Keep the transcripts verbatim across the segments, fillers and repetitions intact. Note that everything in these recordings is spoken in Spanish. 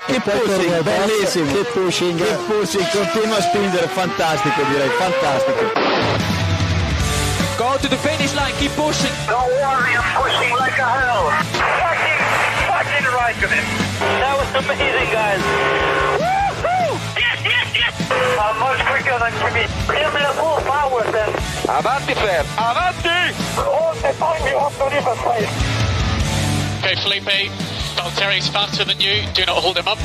che pushing, bellissimo, che pushing, che pushing, continua a spingere, fantastico direi, fantastico. Go to the finish line, keep pushing. Don't worry, I'm pushing like a hell. Fucking, fucking right of him. That was amazing, guys. Woo-hoo! Yes, yes, yes! I'm much quicker than Jimmy. Give me the full power then. Avanti, Fer, avanti! All the time you have to leave a place. Okay, Felipe, Valtteri's faster than you. Do not hold him up.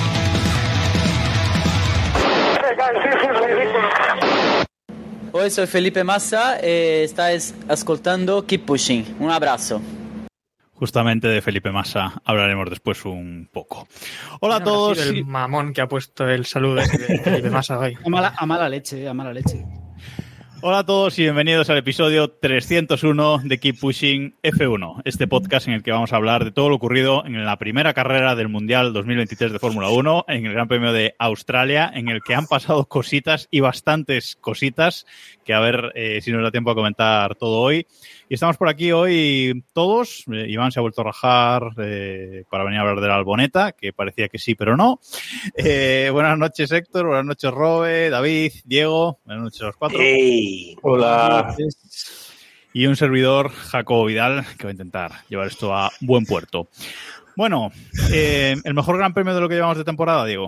Hey guys, this is ridiculous. Hoy soy Felipe Massa e estáis ascoltando Keep Pushing. Un abrazo. Justamente de Felipe Massa hablaremos después un poco. Hola a todos. El mamón que ha puesto el saludo de Felipe Massa hoy. A mala, a mala leche, a mala leche. Hola a todos y bienvenidos al episodio trescientos uno de Keep Pushing F uno, este podcast en el que vamos a hablar de todo lo ocurrido en la primera carrera del Mundial dos mil veintitrés de Fórmula uno, en el Gran Premio de Australia, en el que han pasado cositas y bastantes cositas, que a ver eh, si nos da tiempo a comentar todo hoy. Y estamos por aquí hoy todos. Eh, Iván se ha vuelto a rajar eh, para venir a hablar de la Alboneta, que parecía que sí, pero no. Eh, buenas noches, Héctor. Buenas noches, Robe, David, Diego. Buenas noches a los cuatro. Hey, hola. Y un servidor, Jacobo Vidal, que va a intentar llevar esto a buen puerto. Bueno, eh, el mejor gran premio de lo que llevamos de temporada, Diego.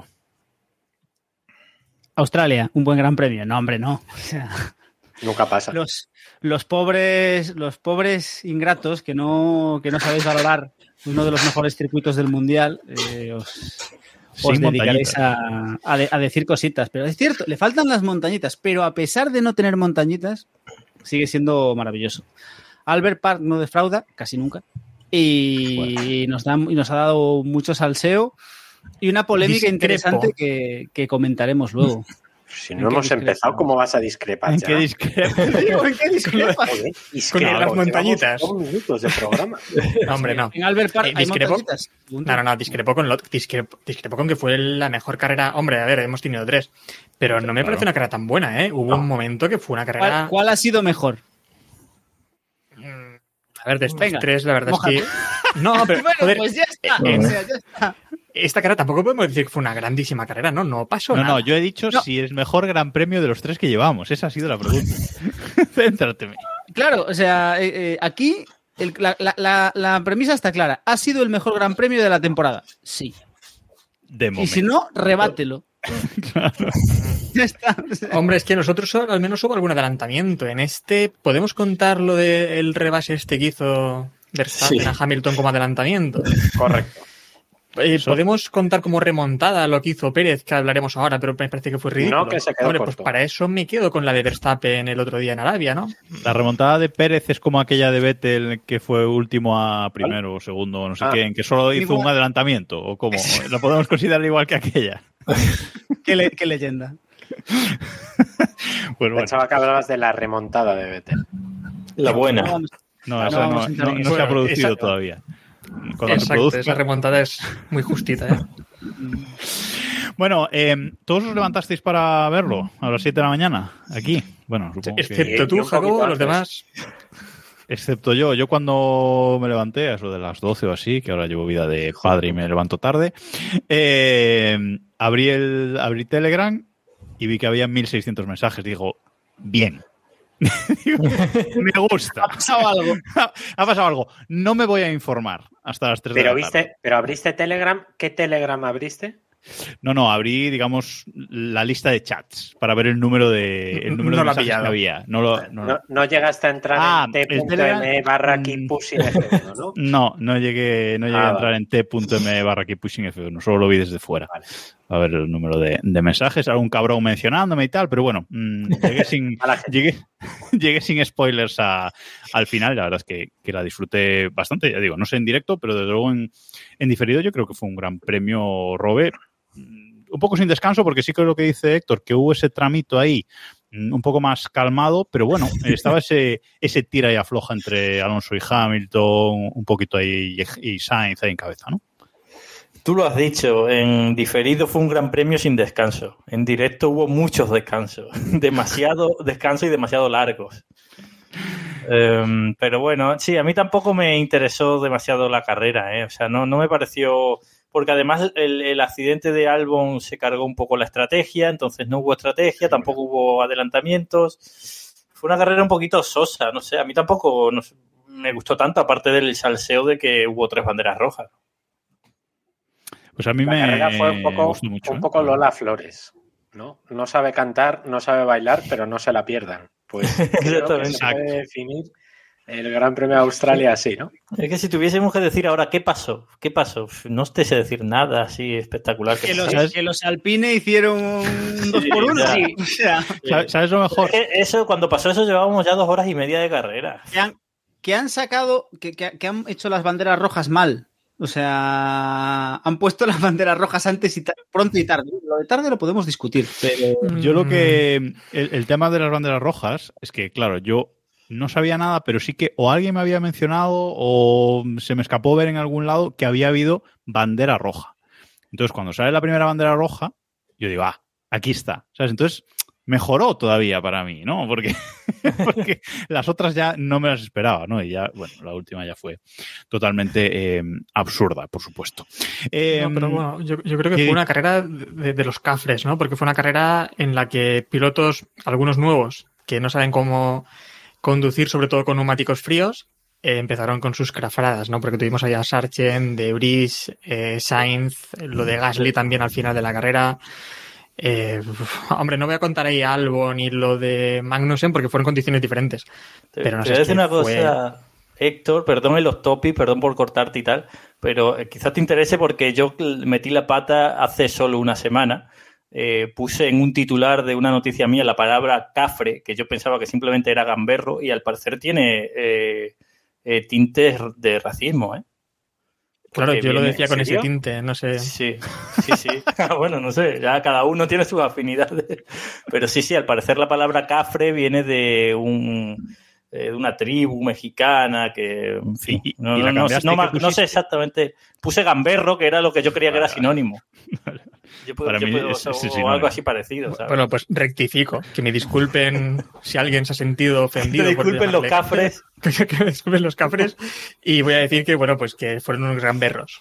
Australia, un buen gran premio. No, hombre, no. O sea, nunca pasa. Los, los pobres, los pobres ingratos que no, que no sabéis valorar uno de los mejores circuitos del mundial, eh, os, os dedicaréis a, a, de, a decir cositas. Pero es cierto, le faltan las montañitas, pero a pesar de no tener montañitas, sigue siendo maravilloso. Albert Park no defrauda, casi nunca, y, bueno. nos, da, y nos ha dado mucho salseo y una polémica Discrepo. interesante que, que comentaremos luego. Si no hemos discrepo? empezado, ¿cómo vas a discrepar? ¿En ya? qué discrepo? ¿En qué discrepas? Con las montañitas. Dos minutos de programa. No, hombre, no. En Albert Park eh, hay discrepo, montañitas. No, no, no, discrepo con, lo, discrepo, discrepo con que fue la mejor carrera. Hombre, a ver, hemos tenido tres. Pero no me claro. parece una carrera tan buena, ¿eh? Hubo no. un momento que fue una carrera... ¿Cuál, cuál ha sido mejor? A ver, de estos Venga, tres, la verdad mójate. es que... No, pero, bueno, joder, pues ya está. Eh, o sea, ya está. Esta carrera tampoco podemos decir que fue una grandísima carrera, ¿no? No pasó no, nada. No, no, yo he dicho no. si es mejor gran premio de los tres que llevamos. Esa ha sido la pregunta. Céntrate. Claro, o sea, eh, eh, aquí el, la, la, la, la premisa está clara. ¿Ha sido el mejor gran premio de la temporada? Sí. De momento. Y si no, rebátelo. Claro. Ya está. Hombre, es que nosotros al menos hubo algún adelantamiento. En este, ¿podemos contar lo del rebase este que hizo Verstappen sí. a Hamilton como adelantamiento? Correcto. Eh, ¿Podemos contar como remontada lo que hizo Pérez, que hablaremos ahora, pero me parece que fue ridículo? No, que se quedó Hombre, corto. Pues para eso me quedo con la de Verstappen el otro día en Arabia, ¿no? La remontada de Pérez es como aquella de Vettel que fue último a primero o segundo, no sé ah. qué, en que solo hizo igual. un adelantamiento, o cómo. ¿Lo podemos considerar igual que aquella? qué, le, qué leyenda. Pues bueno. Pensaba que hablabas de la remontada de Vettel. La buena. No, no, esa no, no, no se ha producido esa, todavía. Cuando Exacto, se produzca... esa remontada es muy justita, ¿eh? Bueno, eh, ¿todos os levantasteis para verlo a las siete de la mañana? Aquí. Bueno, supongo Excepto que... tú, Jacobo, los demás... Excepto yo. Yo cuando me levanté, a eso de las doce o así, que ahora llevo vida de padre y me levanto tarde, eh, abrí, el, abrí Telegram y vi que había mil seiscientos mensajes. Digo, bien. Me gusta. Ha pasado algo. Ha, ha pasado algo. No me voy a informar hasta las tres pero de la viste, tarde. Pero abriste Telegram. ¿Qué Telegram abriste? No, no, abrí, digamos, la lista de chats para ver el número de, el número no de mensajes que había. No, lo, no, no, no llegaste a entrar ah, en t.m barra keep pushing F uno, ¿no? No, no llegué, no llegué ah, a entrar vale. en t.m barra keep pushing F uno, solo lo vi desde fuera. Vale. A ver el número de, de mensajes, algún cabrón mencionándome y tal, pero bueno, mmm, llegué sin llegué, llegué sin spoilers a, al final, la verdad es que, que la disfruté bastante, ya digo, no sé en directo, pero desde luego en, en diferido yo creo que fue un gran premio, Robert. Un poco sin descanso, porque sí que es lo que dice Héctor, que hubo ese tramito ahí un poco más calmado, pero bueno, estaba ese, ese tira y afloja entre Alonso y Hamilton, un poquito ahí, y Sainz ahí en cabeza, ¿no? Tú lo has dicho, en diferido fue un gran premio sin descanso. En directo hubo muchos descansos, demasiado descanso y demasiado largos. Um, pero bueno, sí, a mí tampoco me interesó demasiado la carrera, ¿eh? O sea, no, no me pareció porque además el, el accidente de Albon se cargó un poco la estrategia, entonces no hubo estrategia, tampoco hubo adelantamientos. Fue una carrera un poquito sosa, no sé, a mí tampoco no sé, me gustó tanto, aparte del salseo de que hubo tres banderas rojas. Pues a mí la me carrera fue un poco, gustó mucho, un ¿eh? poco Lola Flores, ¿no? No sabe cantar, no sabe bailar, pero no se la pierdan. Pues creo que se puede definir el Gran Premio de Australia así, ¿no? Es que si tuviésemos que decir ahora qué pasó, qué pasó, no te sé decir nada así espectacular. Que, que, los, que los Alpine hicieron un dos por uno. Sí, o sea, ¿Sabes, ¿Sabes lo mejor? Es que eso, cuando pasó eso llevábamos ya dos horas y media de carrera. Que han, que han sacado, que, que, que han hecho las banderas rojas mal. O sea, han puesto las banderas rojas antes y pronto y tarde. Lo de tarde lo podemos discutir. Pero... Yo lo que... El, el tema de las banderas rojas es que, claro, yo no sabía nada, pero sí que o alguien me había mencionado o se me escapó ver en algún lado que había habido bandera roja. Entonces, cuando sale la primera bandera roja, yo digo, ah, aquí está. ¿Sabes? Entonces, mejoró todavía para mí, ¿no? Porque, porque las otras ya no me las esperaba, ¿no? Y ya, bueno, la última ya fue totalmente eh, absurda, por supuesto. Eh, no, pero bueno, yo, yo creo que fue una carrera de, de los cafres, ¿no? Porque fue una carrera en la que pilotos, algunos nuevos, que no saben cómo conducir, sobre todo con neumáticos fríos, eh, empezaron con sus crafradas, ¿no? Porque tuvimos allá a Sargent, De Vries, eh, Sainz, lo de Gasly también al final de la carrera. Eh, hombre, no voy a contar ahí Albon y lo de Magnussen porque fueron condiciones diferentes. Te, pero no te sé. voy a decir una fue... cosa, Héctor, perdón el off topic, perdón por cortarte y tal, pero eh, quizás te interese porque yo metí la pata hace solo una semana. Eh, puse en un titular de una noticia mía la palabra cafre, que yo pensaba que simplemente era gamberro, y al parecer tiene eh, eh, tintes de racismo, ¿eh? Claro, Porque yo lo viene, decía con ¿serio? ese tinte, no sé. Sí, sí, sí. Bueno, no sé, ya cada uno tiene sus afinidades. Pero sí, sí, al parecer la palabra cafre viene de un de una tribu mexicana que, en fin, y, y, no, y no, no, no, que no sé exactamente. Puse gamberro, que era lo que yo creía que era sinónimo. Yo puedo, Para yo mí puedo, es, o, es, es o algo así parecido, ¿sabes? Bueno, pues rectifico. Que me disculpen si alguien se ha sentido ofendido. Que disculpen los cafres. Que, que me disculpen los cafres. Y voy a decir que, bueno, pues que fueron unos gamberros.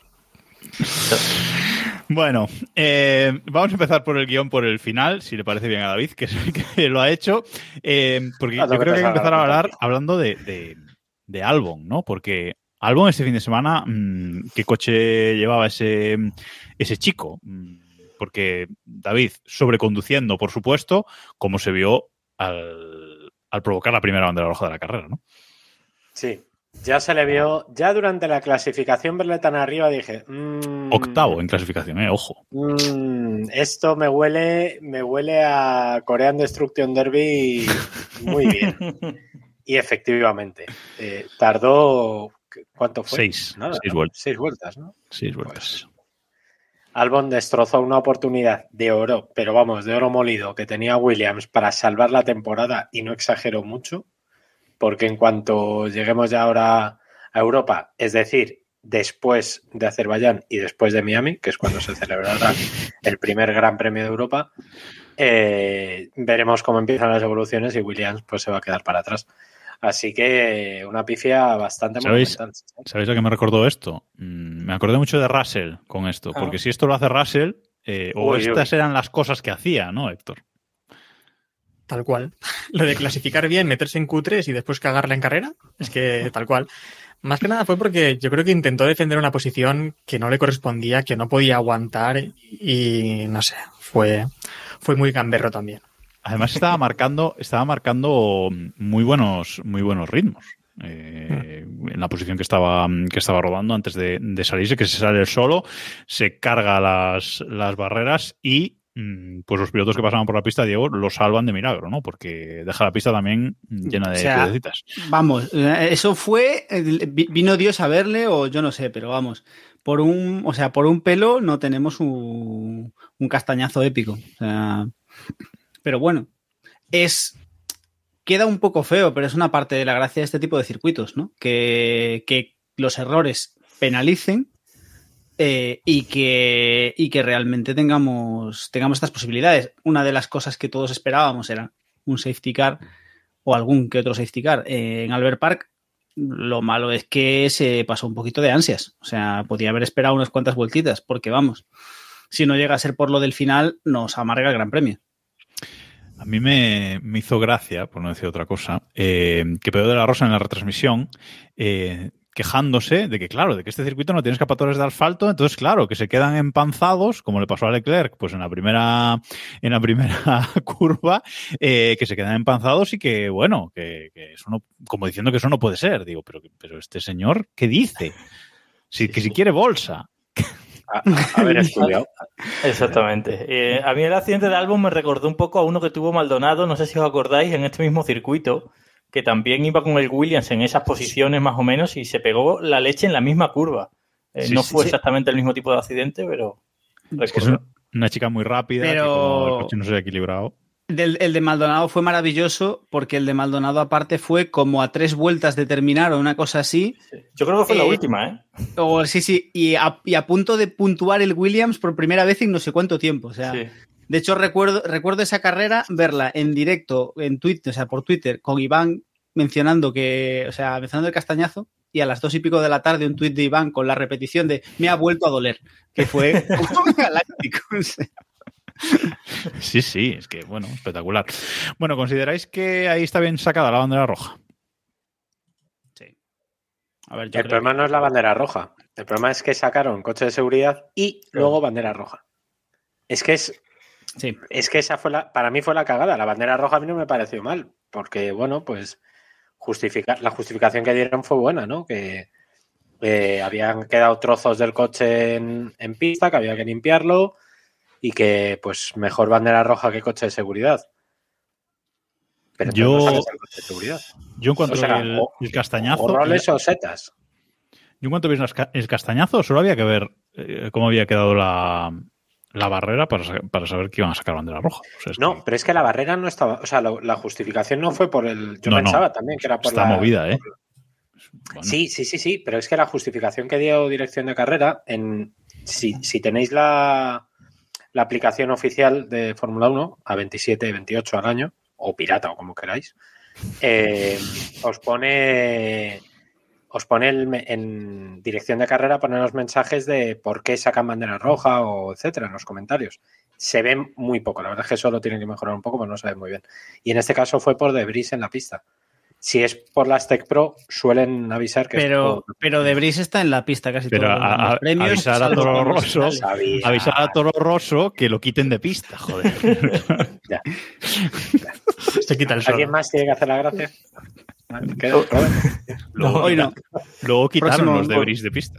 Bueno, eh, vamos a empezar por el guión, por el final, si le parece bien a David, que es el que lo ha hecho, eh, porque yo creo que hay que empezar a hablar hablando de, de, de Albon, ¿no? Porque Albon este fin de semana, mmm, ¿qué coche llevaba ese, ese chico? Porque David, sobreconduciendo, por supuesto, como se vio al, al provocar la primera bandera roja de la carrera, ¿no? Sí. Ya se le vio, ya durante la clasificación verle tan arriba dije... Mmm, Octavo en clasificación, eh, ojo. Mmm, esto me huele, me huele a Korean Destruction Derby muy bien. Y efectivamente, eh, tardó, ¿cuánto fue? Seis, Nada, seis ¿no? vueltas. Seis vueltas, ¿no? Seis vueltas. Pues, Albon destrozó una oportunidad de oro, pero vamos, de oro molido, que tenía Williams para salvar la temporada y no exageró mucho. Porque en cuanto lleguemos ya ahora a Europa, es decir, después de Azerbaiyán y después de Miami, que es cuando se celebrará el primer Gran Premio de Europa, eh, veremos cómo empiezan las evoluciones y Williams pues se va a quedar para atrás. Así que una pifia bastante ¿Sabéis, monumental. ¿Sabéis a qué me recordó esto? Mm, me acordé mucho de Russell con esto, ah. porque si esto lo hace Russell, eh, o uy, estas uy. eran las cosas que hacía, ¿no, Héctor? Tal cual. Lo de clasificar bien, meterse en Q tres y después cagarla en carrera, es que tal cual. Más que nada fue porque yo creo que intentó defender una posición que no le correspondía, que no podía aguantar y no sé, fue, fue muy gamberro también. Además estaba marcando, estaba marcando muy buenos, muy buenos ritmos. Eh, mm. En la posición que estaba, que estaba rodando antes de, de salirse, que se sale solo, se carga las, las barreras y pues los pilotos que pasaban por la pista, Diego, lo salvan de milagro, ¿no? Porque deja la pista también llena de o sea, piedecitas. Vamos, eso fue, vino Dios a verle o yo no sé, pero vamos, por un, o sea, por un pelo no tenemos un, un castañazo épico. O sea, pero bueno, es, queda un poco feo, pero es una parte de la gracia de este tipo de circuitos, ¿no? Que, que los errores penalicen. Eh, y que y que realmente tengamos tengamos estas posibilidades. Una de las cosas que todos esperábamos era un safety car o algún que otro safety car eh, en Albert Park Lo malo es que se pasó un poquito de ansias. O sea, podía haber esperado unas cuantas vueltitas, porque vamos, si no llega a ser por lo del final, nos amarga el Gran Premio. A mí me, me hizo gracia, por no decir otra cosa, eh, que Pedro de la Rosa en la retransmisión eh, quejándose de que, claro, de que este circuito no tiene escapatorias de asfalto, entonces, claro, que se quedan empanzados, como le pasó a Leclerc, pues en la primera en la primera curva, eh, que se quedan empanzados y que, bueno, que, que eso no, como diciendo que eso no puede ser. Digo, pero, pero este señor, ¿qué dice? Si, que si quiere bolsa. A, a ver, estudiado. Exactamente. Eh, a mí el accidente de Albon me recordó un poco a uno que tuvo Maldonado, no sé si os acordáis, en este mismo circuito, que también iba con el Williams en esas posiciones más o menos y se pegó la leche en la misma curva. Eh, Sí, no sí, fue sí. exactamente el mismo tipo de accidente, pero... Es que es una, una chica muy rápida, Pero- que como el coche no se ha equilibrado. Del, el de Maldonado fue maravilloso porque el de Maldonado aparte fue como a tres vueltas de terminar o una cosa así. Yo creo que fue la Eh, última, ¿eh? O sí, sí, y a, y a punto de puntuar el Williams por primera vez en no sé cuánto tiempo. O sea, Sí. de hecho recuerdo, recuerdo esa carrera, verla en directo, en Twitter, o sea, por Twitter, con Iván mencionando que, o sea, mencionando el castañazo, y a las dos y pico de la tarde un tuit de Iván con la repetición de me ha vuelto a doler, que fue como galáctico. O sea. Sí, sí, es que, bueno, espectacular. Bueno, ¿consideráis que ahí está bien sacada la bandera roja? Sí. A ver, yo El creo problema que- no es la bandera roja. El problema es que sacaron coche de seguridad y luego bandera roja. Es que es, Sí. es que esa fue la, para mí fue la cagada. La bandera roja a mí no me pareció mal, porque bueno, pues justificar, la justificación que dieron fue buena, ¿no? Que eh, habían quedado trozos del coche en, en pista, que había que limpiarlo y que pues mejor bandera roja que coche de seguridad. Pero Yo- entonces no sales al coche de seguridad. Yo en cuanto O sea, el, o- el castañazo... O roles o setas. Yo en cuanto vi el castañazo, solo había que ver eh, cómo había quedado la, la barrera para, sa- para saber que iban a sacar bandera roja. O sea, es No, que pero es que la barrera no estaba, o sea, la, la justificación no fue por el. Yo No, no. pensaba también que era por está la. movida, ¿eh? Bueno, Sí, sí, sí, sí, pero es que la justificación que dio Dirección de Carrera, en si, si tenéis la, la aplicación oficial de Fórmula uno a veintisiete, veintiocho al año, o pirata o como queráis, eh, os pone. Os pone el me- en Dirección de Carrera, pone los mensajes de por qué sacan bandera roja o etcétera en los comentarios. Se ven muy poco, la verdad es que eso lo tienen que mejorar un poco, pero no se ve muy bien. Y en este caso fue por debris en la pista. Si es por las Tech Pro, suelen avisar que Pero, es por... pero Debris está en la pista casi Pero todos a- los a- premios. avisar a salvo Toro cuando Rosso, se sale. Sabía. avisar a Toro Rosso que lo quiten de pista, joder. Ya. Se quita el sol. ¿Alguien más tiene que hacer la gracia? ¿Qué, Robert? Luego, hoy no. luego quitaron Próximo- los debris de pista.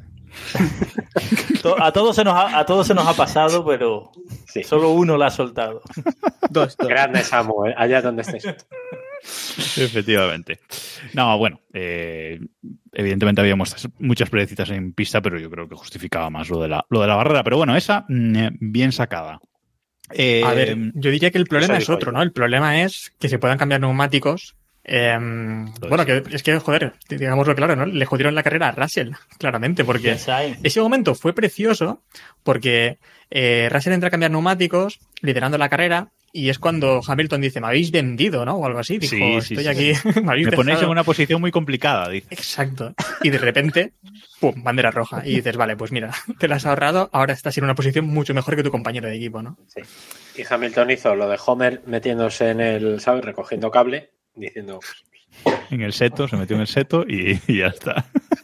To- A todos se nos ha, a todos se nos ha pasado, pero Sí. solo uno la ha soltado. Dos, dos. Grande Samuel, allá donde estés. Efectivamente. No, bueno, eh, evidentemente había muchas, muchas pruebecitas en pista, pero yo creo que justificaba más lo de la, lo de la barrera. Pero bueno, esa mm, bien sacada. Eh, A ver, yo diría que el problema eso es digo otro, yo. ¿no? El problema es que se puedan cambiar neumáticos. eh, bueno, que es que, joder, digámoslo claro, ¿no? Le jodieron la carrera a Russell, claramente, porque Ya sabes. ese momento fue precioso porque eh, Russell entra a cambiar neumáticos, liderando la carrera, y es cuando Hamilton dice, me habéis vendido, ¿no? O algo así. Dijo, Sí, sí, estoy sí, aquí, me habéis me ponéis en dejado". una posición muy complicada, dice. Exacto. Y de repente, pum, bandera roja. Y dices, vale, pues mira, te la has ahorrado, ahora estás en una posición mucho mejor que tu compañero de equipo, ¿no? Sí. Y Hamilton hizo lo de Homer metiéndose en el, ¿sabes? Recogiendo cable, diciendo, En el seto, se metió en el seto y, y ya está.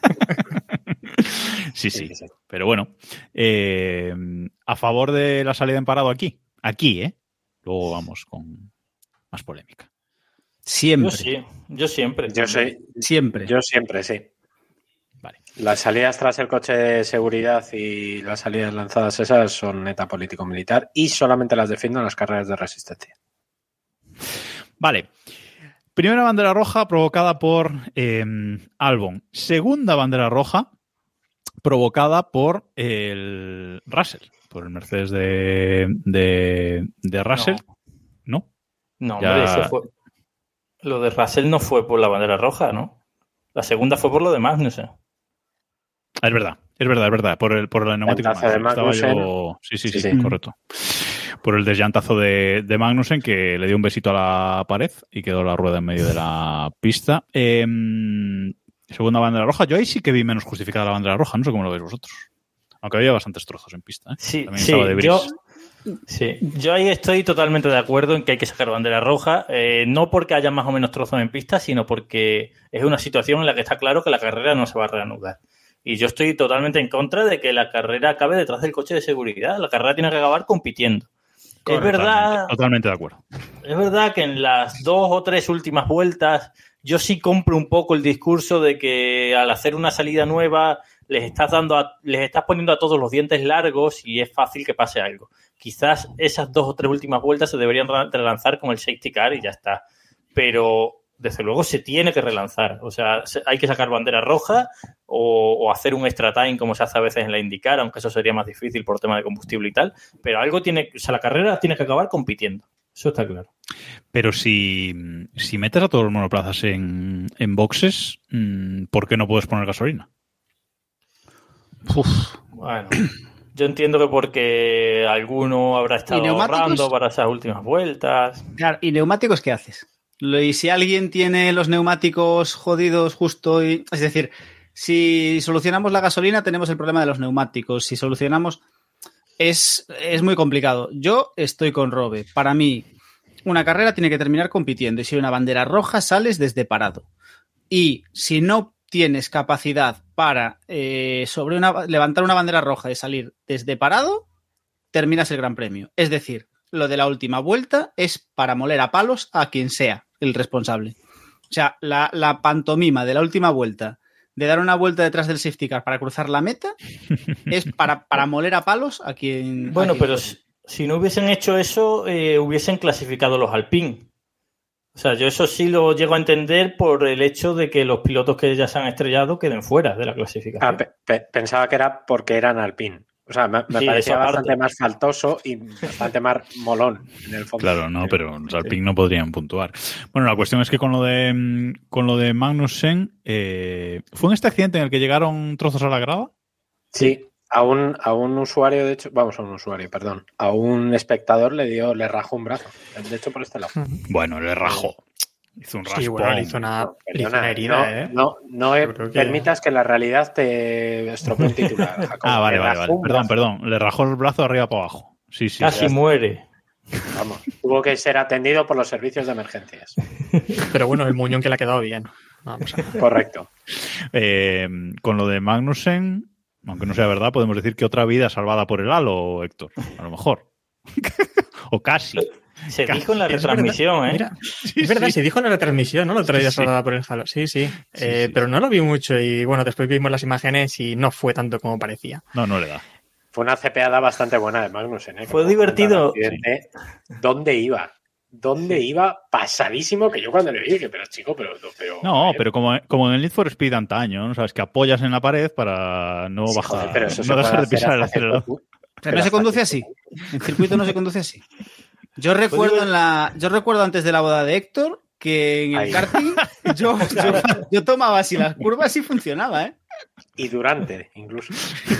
Sí, sí. Sí, sí. Pero bueno, eh, a favor de la salida en parado aquí. Aquí, ¿eh? Luego vamos con más polémica. Siempre. Yo sí, yo siempre. yo soy, Siempre. yo siempre, sí. Vale. Las salidas tras el coche de seguridad y las salidas lanzadas esas son neta político-militar y solamente las defiendo en las carreras de resistencia. Vale. Primera bandera roja provocada por eh, Albon. Segunda bandera roja provocada por el Russell, por el Mercedes de, de, de Russell. ¿No? No, Ya- hombre, eso fue... Lo de Russell no fue por la bandera roja, ¿no? La segunda fue por lo de Magnussen. Ah, es verdad, es verdad, es verdad. Por el, por el neumático Llantazo de Magnussen. Estaba Magnussen. yo... Sí, sí, sí, Sí, sí, sí. correcto. Por el desllantazo de, de Magnussen, que le dio un besito a la pared y quedó la rueda en medio de la pista. Eh, Segunda bandera roja. Yo ahí sí que vi menos justificada la bandera roja. No sé cómo lo veis vosotros. Aunque había bastantes trozos en pista. ¿eh? Sí, También sí, estaba de yo, sí, yo ahí estoy totalmente de acuerdo en que hay que sacar bandera roja. Eh, no porque haya más o menos trozos en pista, sino porque es una situación en la que está claro que la carrera no se va a reanudar. Y yo estoy totalmente en contra de que la carrera acabe detrás del coche de seguridad. La carrera tiene que acabar compitiendo. Es verdad, totalmente de acuerdo. Es verdad que en las dos o tres últimas vueltas yo sí compro un poco el discurso de que al hacer una salida nueva les estás dando a, les estás poniendo a todos los dientes largos y es fácil que pase algo. Quizás esas dos o tres últimas vueltas se deberían relanzar con el safety car y ya está. Pero desde luego se tiene que relanzar. O sea, hay que sacar bandera roja o, o hacer un extra time como se hace a veces en la IndyCar, aunque eso sería más difícil por tema de combustible y tal. Pero algo tiene, o sea, la carrera tiene que acabar compitiendo. Eso está claro. Pero si, si metes a todos los monoplazas en, en boxes, ¿por qué no puedes poner gasolina? Uf. Bueno, yo entiendo que porque alguno habrá estado ahorrando para esas últimas vueltas. Claro, ¿y neumáticos qué haces? Y si alguien tiene los neumáticos jodidos justo y... Es decir, si solucionamos la gasolina tenemos el problema de los neumáticos. Si solucionamos... Es, es muy complicado. Yo estoy con Robe. Para mí, una carrera tiene que terminar compitiendo. Y si hay una bandera roja, sales desde parado. Y si no tienes capacidad para eh, sobre una, levantar una bandera roja y salir desde parado, terminas el Gran Premio. Es decir, lo de la última vuelta es para moler a palos a quien sea el responsable. O sea, la, la pantomima de la última vuelta, de dar una vuelta detrás del safety car para cruzar la meta, es para, para moler a palos a quien... Bueno, a quien pero si, si no hubiesen hecho eso, eh, hubiesen clasificado los Alpine. O sea, yo eso sí lo llego a entender por el hecho de que los pilotos que ya se han estrellado queden fuera de la clasificación. Ah, pe- pe- pensaba que era porque eran Alpine. O sea, me, me Sí, parecía esa bastante parte. más faltoso y bastante más molón en el fondo. Claro, no, pero los Alpine no podrían puntuar. Bueno, la cuestión es que con lo de con lo de Magnussen, eh, ¿fue en este accidente en el que llegaron trozos a la grada? Sí, a un, a un usuario, de hecho, vamos, a un usuario, perdón, a un espectador le dio, le rajó un brazo. De hecho, por este lado. Bueno, le rajó. Hizo un raspón. Sí, bueno, le hizo una, No, le hizo perdona, una herida, no, ¿eh? no, no Yo eh, creo que- permitas que la realidad te estropee un titular. Jacob. Ah, vale, Le vale, rajó vale. un Perdón, brazo. perdón. Le rajó el brazo de arriba para abajo. Sí, sí. Casi sí. muere. Vamos, tuvo que ser atendido por los servicios de emergencias. Pero bueno, el muñón que le ha quedado bien. Vamos a... Correcto. Eh, con lo de Magnussen, aunque no sea verdad, podemos decir que otra vida salvada por el halo, Héctor. A lo mejor. O casi. Se Casi. dijo en la Es retransmisión, verdad, ¿eh? mira, Sí, es verdad, sí. se dijo en la retransmisión, ¿no? Lo otro día Sí, sí. salvada por el halo. Sí, sí. Sí, Eh, sí. Pero no lo vi mucho y bueno, después vimos las imágenes y no fue tanto como parecía. No, no le da. Fue una cepeada bastante buena de Magnussen. ¿eh? Fue Como divertido. comentaba el accidente. ¿Dónde iba? ¿Dónde iba? Pasadísimo, que yo cuando le vi dije, pero chico, pero... pero No, eh, pero como, como en el Need for Speed antaño, ¿no? Sabes que apoyas en la pared para no sí, bajar, joder, pero eso se no puede dejar de hacer pisar el hasta acelerador. cierto punto. O sea, no se conduce así. En circuito no se conduce así. Yo recuerdo en la, yo recuerdo antes de la boda de Héctor que en el Ahí. karting yo, yo, yo tomaba así las curvas y funcionaba, ¿eh? Y durante, incluso.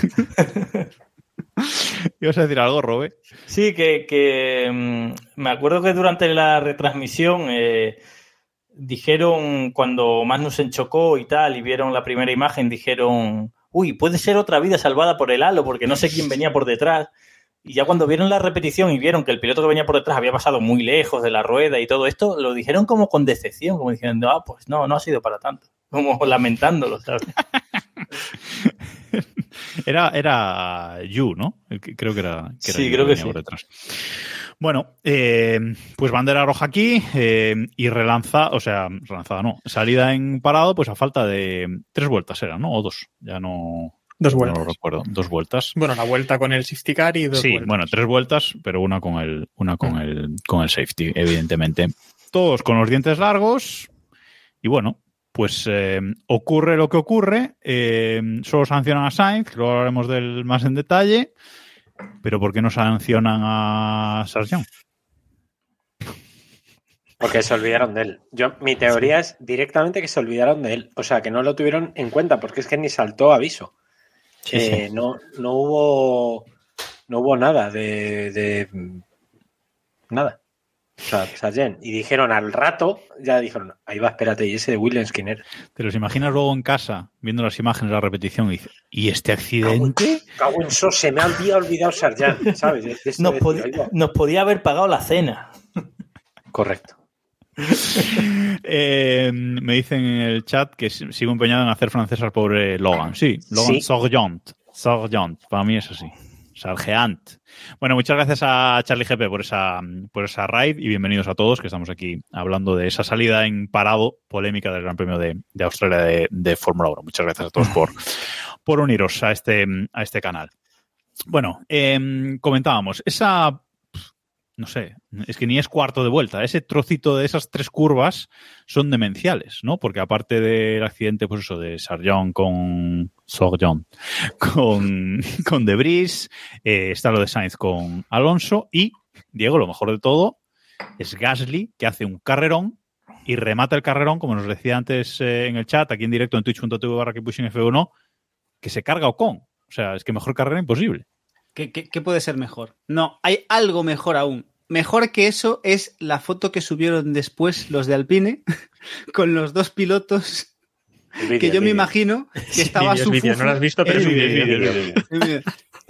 ¿Ibas a decir algo, Robe? Sí, que, que mm, me acuerdo que durante la retransmisión eh, dijeron, cuando Magnussen chocó y tal, y vieron la primera imagen, dijeron, uy, puede ser otra vida salvada por el halo, porque no sé quién venía por detrás. Y ya cuando vieron la repetición y vieron que el piloto que venía por detrás había pasado muy lejos de la rueda y todo esto, lo dijeron como con decepción, como diciendo, ah, pues no, no ha sido para tanto. Como lamentándolo, ¿sabes? Era, era Yu, ¿no? El que- Creo que era, que era Sí, Yu creo que venía sí. por detrás. Bueno, eh, pues bandera roja aquí eh, y relanza, o sea, relanzada no, salida en parado, pues a falta de tres vueltas eran, ¿no? O dos, ya no, Dos no vueltas. lo recuerdo, dos vueltas. Bueno, la vuelta con el safety car y dos Sí, vueltas. bueno, tres vueltas, pero una con el, una con el, con el safety, evidentemente. Todos con los dientes largos y bueno, pues eh, ocurre lo que ocurre. Eh, solo sancionan a Sainz, que luego hablaremos del más en detalle, pero ¿por qué no sancionan a Sargent? Porque se olvidaron de él. Yo, mi teoría es directamente que se olvidaron de él. O sea, que no lo tuvieron en cuenta, porque es que ni saltó aviso. Sí, Eh, sí. No, no hubo no hubo nada de, de nada. Sargent. Y dijeron al rato, ya dijeron, ahí va, espérate, y ese de Williams, ¿quién era? ¿Te los imaginas luego en casa, viendo las imágenes, la repetición, y dices, ¿y este accidente? Cago en so, se me había olvidado Sargent, ¿sabes? De, de nos, podía, nos podía haber pagado la cena. Correcto. eh, me dicen en el chat que sigo empeñado en hacer francés al pobre Logan. Sí, Logan ¿Sí? Sargent. Sargent, para mí es así. Sargent. Bueno, muchas gracias a Charlie G P por esa, por esa raid y bienvenidos a todos que estamos aquí hablando de esa salida en parado polémica del Gran Premio de, de Australia de, de Fórmula uno. Muchas gracias a todos por, por uniros a este, a este canal. Bueno, eh, comentábamos, esa... no sé, es que ni es cuarto de vuelta. Ese trocito de esas tres curvas son demenciales, ¿no? Porque aparte del accidente, pues eso, de Sargent con Sargent, con, con De Vries, eh, está lo de Sainz con Alonso y, Diego, lo mejor de todo es Gasly, que hace un carrerón y remata el carrerón, como nos decía antes eh, en el chat, aquí en directo en twitch punto tv barra keeppushing F uno, que se carga Ocon. O sea, es que mejor carrera imposible. ¿Qué, qué, ¿Qué puede ser mejor? No, hay algo mejor aún. Mejor que eso es la foto que subieron después los de Alpine con los dos pilotos video, que yo me imagino que sí, estaba video, su video. fufu. No lo has visto, pero es video.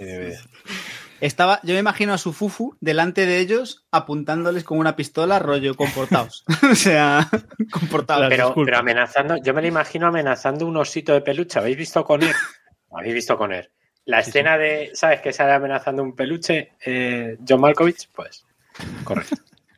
Estaba, yo me imagino a su fufu delante de ellos apuntándoles con una pistola, rollo, comportaos. O sea, comportaos. Pero, pero amenazando, yo me lo imagino amenazando un osito de peluche. ¿Habéis visto con él? ¿Habéis visto con él? La sí, escena sí. de, ¿sabes? Que sale amenazando un peluche, eh, John Malkovich, pues. Correcto.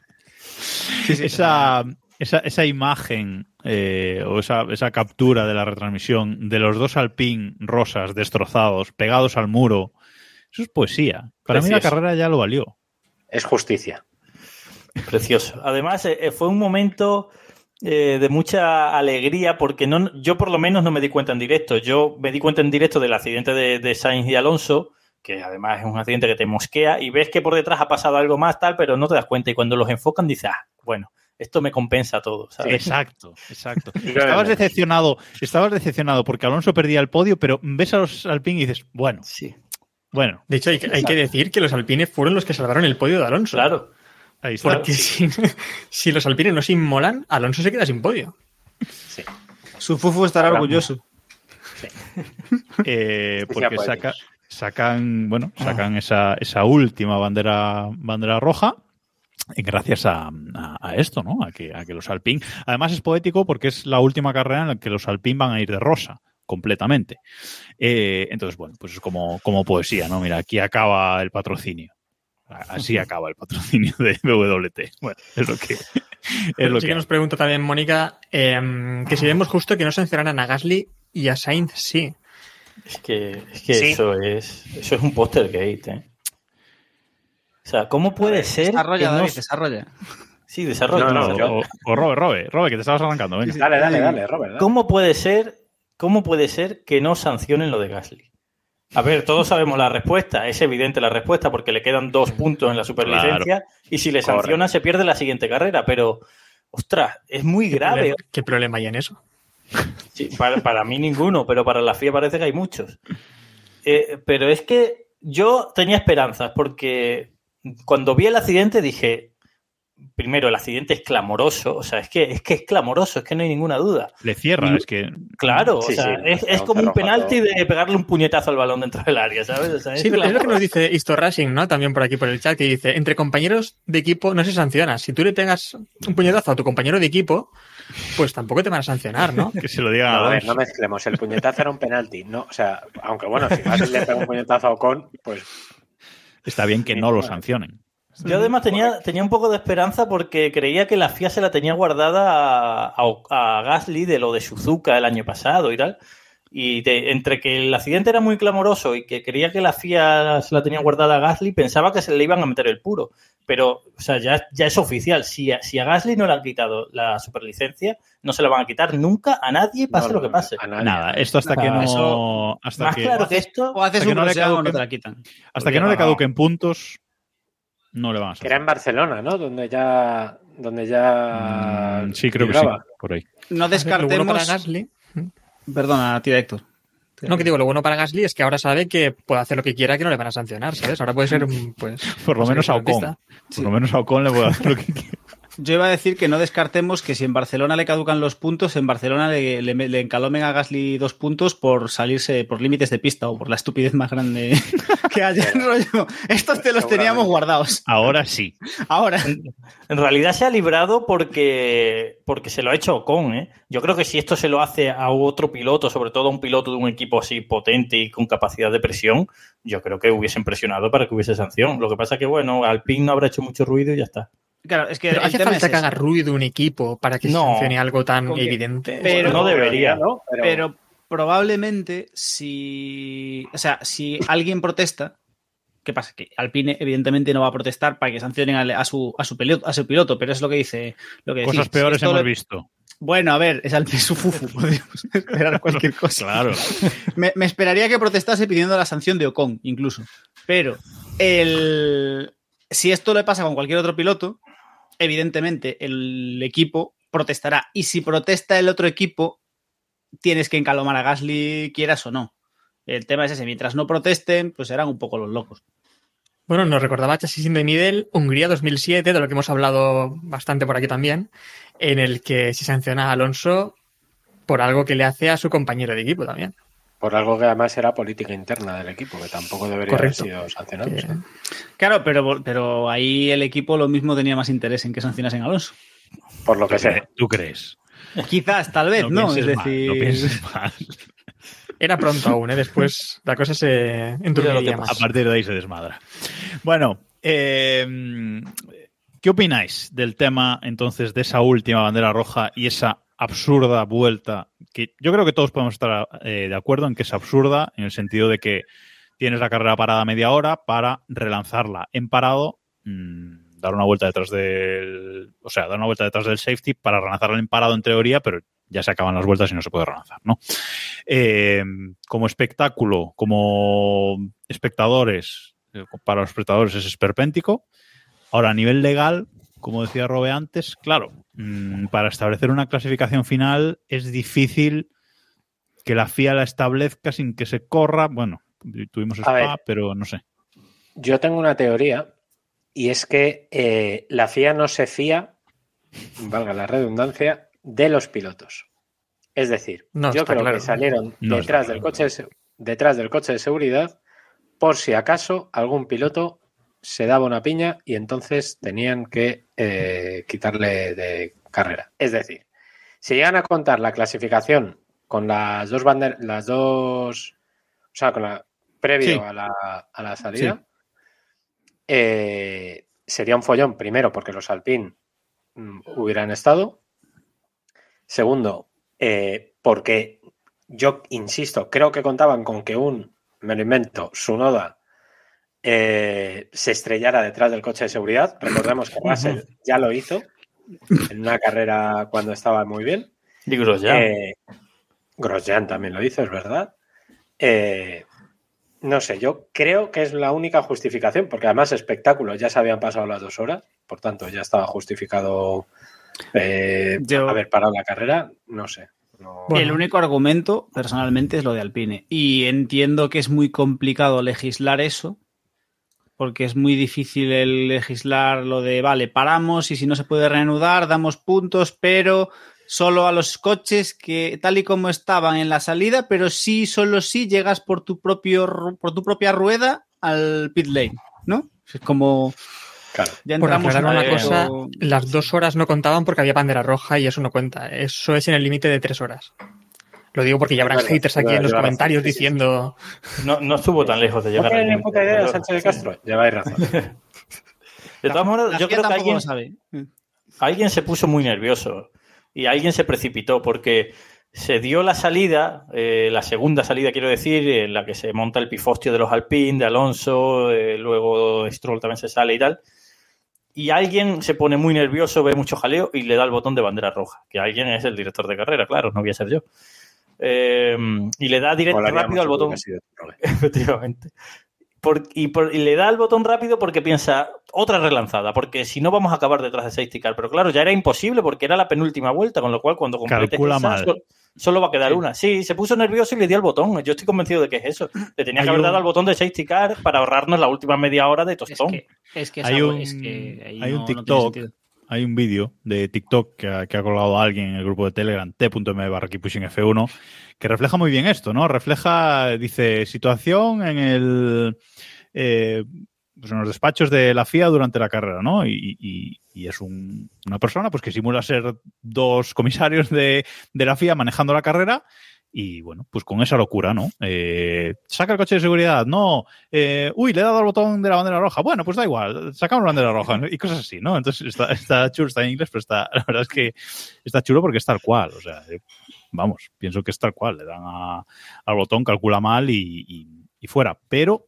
Sí, sí, esa, esa, esa imagen eh, o esa, esa captura de la retransmisión de los dos Alpine rosas destrozados, pegados al muro, eso es poesía. Para Precioso. mí la carrera ya lo valió. Es justicia. Precioso. Además, eh, fue un momento eh, de mucha alegría porque no, yo por lo menos no me di cuenta en directo. Yo me di cuenta en directo del accidente de, de Sainz y Alonso, que además es un accidente que te mosquea y ves que por detrás ha pasado algo más tal, pero no te das cuenta y cuando los enfocan dices, ah, bueno, esto me compensa todo, ¿sabes? Sí, exacto, exacto. estabas decepcionado, estabas decepcionado porque Alonso perdía el podio, pero ves a los Alpine y dices, bueno, sí. Bueno. De hecho, hay, hay que decir que los Alpine fueron los que salvaron el podio de Alonso. Claro. Ahí está. Porque si, si los Alpine no se inmolan, Alonso se queda sin podio. Sí. Su fufu estará Hablamos. orgulloso. Sí. eh, porque saca... Sacan, bueno, sacan esa, esa última bandera, bandera roja gracias a, a, a esto, ¿no? A que, a que los Alpine... Además es poético porque es la última carrera en la que los Alpine van a ir de rosa, completamente. Eh, entonces, bueno, pues es como, como poesía, ¿no? Mira, aquí acaba el patrocinio. Así acaba el patrocinio de B W T. Bueno, es lo que... Es lo sí que, que nos pregunta también Mónica eh, que si vemos justo que no sancionaran a Gasly y a Sainz sí. Es que, es que sí. eso es eso es un Postergate, ¿eh? O sea, ¿cómo puede ser? Desarrolla, que David, no... desarrolla. Sí, desarrolla. No, no, no, o, o Robe, Robe, Robe, que te estabas arrancando. Venga. Sí, sí, dale, dale, dale, Robert. Dale. ¿Cómo puede ser, cómo puede ser que no sancionen lo de Gasly? A ver, todos sabemos la respuesta, es evidente la respuesta porque le quedan dos puntos en la superlicencia claro. y si le sancionan Correcto. se pierde la siguiente carrera, pero, ostras, es muy ¿Qué grave. Problema, ¿Qué problema hay en eso? Sí, para, para mí ninguno, pero para la F I A parece que hay muchos. Eh, pero es que yo tenía esperanzas porque cuando vi el accidente dije, primero, el accidente es clamoroso, o sea, es que es que es clamoroso, es que no hay ninguna duda. Le cierra, y, es que... Claro, sí, o sea, sí, es, es como un penalti todo. de pegarle un puñetazo al balón dentro del área, ¿sabes? O sea, es, sí, es lo que nos dice Isto Racing, ¿no? También por aquí por el chat, que dice, entre compañeros de equipo no se sanciona. Si tú le pegas un puñetazo a tu compañero de equipo, pues tampoco te van a sancionar, ¿no? Que se lo digan no, a a ver, no mezclemos, el puñetazo era un penalti, no, o sea, aunque bueno, si Gasly le pega un puñetazo a Ocon, pues... Está bien que no lo sancionen. Yo además tenía, tenía un poco de esperanza porque creía que la F I A se la tenía guardada a, a, a Gasly de lo de Suzuka el año pasado y tal. Y de, entre que el accidente era muy clamoroso y que creía que la F I A se la tenía guardada a Gasly, pensaba que se le iban a meter el puro. Pero, o sea, ya, ya es oficial. Si a, si a Gasly no le han quitado la superlicencia, no se la van a quitar nunca a nadie, pase no, no, lo que pase. A Nada, esto hasta que no... Eso, hasta más que, claro que esto... O haces un que no, le caduquen, no te la quitan. Hasta que no le caduquen puntos... No le van a hacer. Que era en Barcelona, ¿no? Donde ya... Donde ya... Mm, sí, creo vibraba. que sí. Por ahí. No descartemos... Lo bueno para Gasly... Perdona, tío Héctor. No, que digo, lo bueno para Gasly es que ahora sabe que puede hacer lo que quiera que no le van a sancionar, ¿sabes? Ahora puede ser, pues... Por lo menos a Ocon. Por sí. lo menos a Ocon le puede hacer lo que quiera. Yo iba a decir que no descartemos que si en Barcelona le caducan los puntos, en Barcelona le, le, le encalomen a Gasly dos puntos por salirse por límites de pista o por la estupidez más grande que haya. Rollo. Estos te los teníamos guardados. Ahora sí. Ahora. En realidad se ha librado porque, porque se lo ha hecho Ocon, ¿eh? Yo creo que si esto se lo hace a otro piloto, sobre todo a un piloto de un equipo así potente y con capacidad de presión, yo creo que hubiesen presionado para que hubiese sanción. Lo que pasa es que, bueno, Alpine no habrá hecho mucho ruido y ya está. Claro, es que pero hace falta es que haga ruido un equipo para que no, se sancione algo tan que, evidente. Pero no debería, ¿no? Pero... pero probablemente si, o sea, si alguien protesta, ¿qué pasa? Que Alpine evidentemente no va a protestar para que sancionen a, a su a su piloto, a su piloto, pero es lo que dice, lo que cosas decís. peores si hemos le... visto. Bueno, a ver, es Alpine su fufu, podemos esperar cualquier cosa. Claro. Me, me esperaría que protestase pidiendo la sanción de Ocon, incluso. Pero el si esto le pasa con cualquier otro piloto, evidentemente el equipo protestará. Y si protesta el otro equipo, tienes que encalomar a Gasly, quieras o no. El tema es ese, mientras no protesten, pues serán un poco los locos. Bueno, nos recordaba Chasis de Midel, Hungría dos mil siete, de lo que hemos hablado bastante por aquí también, en el que se sanciona a Alonso por algo que le hace a su compañero de equipo también. Por algo que además era política interna del equipo, que tampoco debería Correcto. haber sido sancionado. Eh... Claro, pero, pero ahí el equipo lo mismo tenía más interés en que sancionasen a Alonso. Por lo que sea. ¿Tú crees? Quizás, tal vez, no, ¿no? Es decir... Mal, no pienses mal. Era pronto aún, ¿eh? Después la cosa se enturbiaría más. A partir de ahí se desmadra. Bueno, eh, ¿qué opináis del tema, entonces, de esa última bandera roja y esa absurda vuelta? Que yo creo que todos podemos estar eh, de acuerdo en que es absurda, en el sentido de que tienes la carrera parada media hora para relanzarla en parado, mmm, dar una vuelta detrás del... O sea, dar una vuelta detrás del safety para relanzarla en parado en teoría, pero ya se acaban las vueltas y no se puede relanzar, ¿no? Eh, como espectáculo, como espectadores, eh, para los espectadores es esperpéntico. Ahora, a nivel legal, como decía Robe antes, claro, mmm, para establecer una clasificación final es difícil que la F I A la establezca sin que se corra. Bueno, tuvimos Spa, pero no sé. Yo tengo una teoría y es que eh, la F I A no se fía, valga la redundancia, de los pilotos. Es decir, no, yo creo claro. que salieron no detrás, del coche de, detrás del coche de seguridad por si acaso algún piloto se daba una piña y entonces tenían que eh, quitarle de carrera. Es decir, si llegan a contar la clasificación con las dos banderas, las dos, o sea, con la previo sí. a, la, a la salida, sí. eh, sería un follón, primero porque los Alpine mm, hubieran estado. Segundo, eh, porque yo insisto, creo que contaban con que un, me lo invento, Tsunoda eh, se estrellara detrás del coche de seguridad. Recordemos que Russell ya lo hizo en una carrera cuando estaba muy bien. Y Grosjean. Eh, Grosjean también lo hizo, es verdad. Eh, no sé, yo creo que es la única justificación, porque además espectáculo, ya se habían pasado las dos horas, por tanto ya estaba justificado eh, Yo... haber parado la carrera, no sé. No... Bueno. El único argumento, personalmente, es lo de Alpine. Y entiendo que es muy complicado legislar eso, porque es muy difícil el legislar lo de, vale, paramos y si no se puede reanudar, damos puntos, pero solo a los coches que tal y como estaban en la salida, pero sí, solo sí llegas por tu propio por tu propia rueda al pit lane, ¿no? Es como... Claro. Ya Por aclarar una a... cosa, las dos horas no contaban porque había bandera roja y eso no cuenta. Eso es en el límite de tres horas. Lo digo porque ya habrá bueno, haters aquí en los comentarios razón, diciendo... No, no estuvo tan lejos de llegar. ¿No tiene ni puta idea de Sánchez de Castro? Lleváis razón. De todas maneras, yo creo que alguien, sabe. alguien se puso muy nervioso y alguien se precipitó porque se dio la salida, eh, la segunda salida quiero decir, en la que se monta el pifostio de los Alpine, de Alonso, eh, luego Stroll también se sale y tal. Y alguien se pone muy nervioso, ve mucho jaleo y le da el botón de bandera roja. Que alguien es el director de carrera, claro, no voy a ser yo. Eh, y le da directo rápido al botón. Efectivamente. Por, y, por, y le da el botón rápido porque piensa otra relanzada, porque si no vamos a acabar detrás de safety car. Pero claro, ya era imposible porque era la penúltima vuelta, con lo cual cuando complete esa, solo, solo va a quedar sí. una. Sí, se puso nervioso y le dio el botón. Yo estoy convencido de que es eso. Le tenía hay que haber un... dado al botón de safety car para ahorrarnos la última media hora de tostón. Es que, es que hay un, es que hay no, un TikTok, no hay un vídeo de TikTok que ha, que ha colgado alguien en el grupo de Telegram, t.m barra keeppushing F uno, que refleja muy bien esto, ¿no? Refleja, dice, situación en el... Eh, pues en los despachos de la F I A durante la carrera, ¿no? Y, y, y es un, una persona pues que simula ser dos comisarios de, de la F I A manejando la carrera y, bueno, pues con esa locura, ¿no? Eh, saca el coche de seguridad, no. Eh, uy, le he dado al botón de la bandera roja. Bueno, pues da igual, sacamos la bandera roja, ¿no? Y cosas así, ¿no? Entonces está, está chulo, está en inglés, pero está, la verdad es que está chulo porque es tal cual, o sea, eh, vamos, pienso que es tal cual, le dan a, al botón, calcula mal y, y, y fuera, pero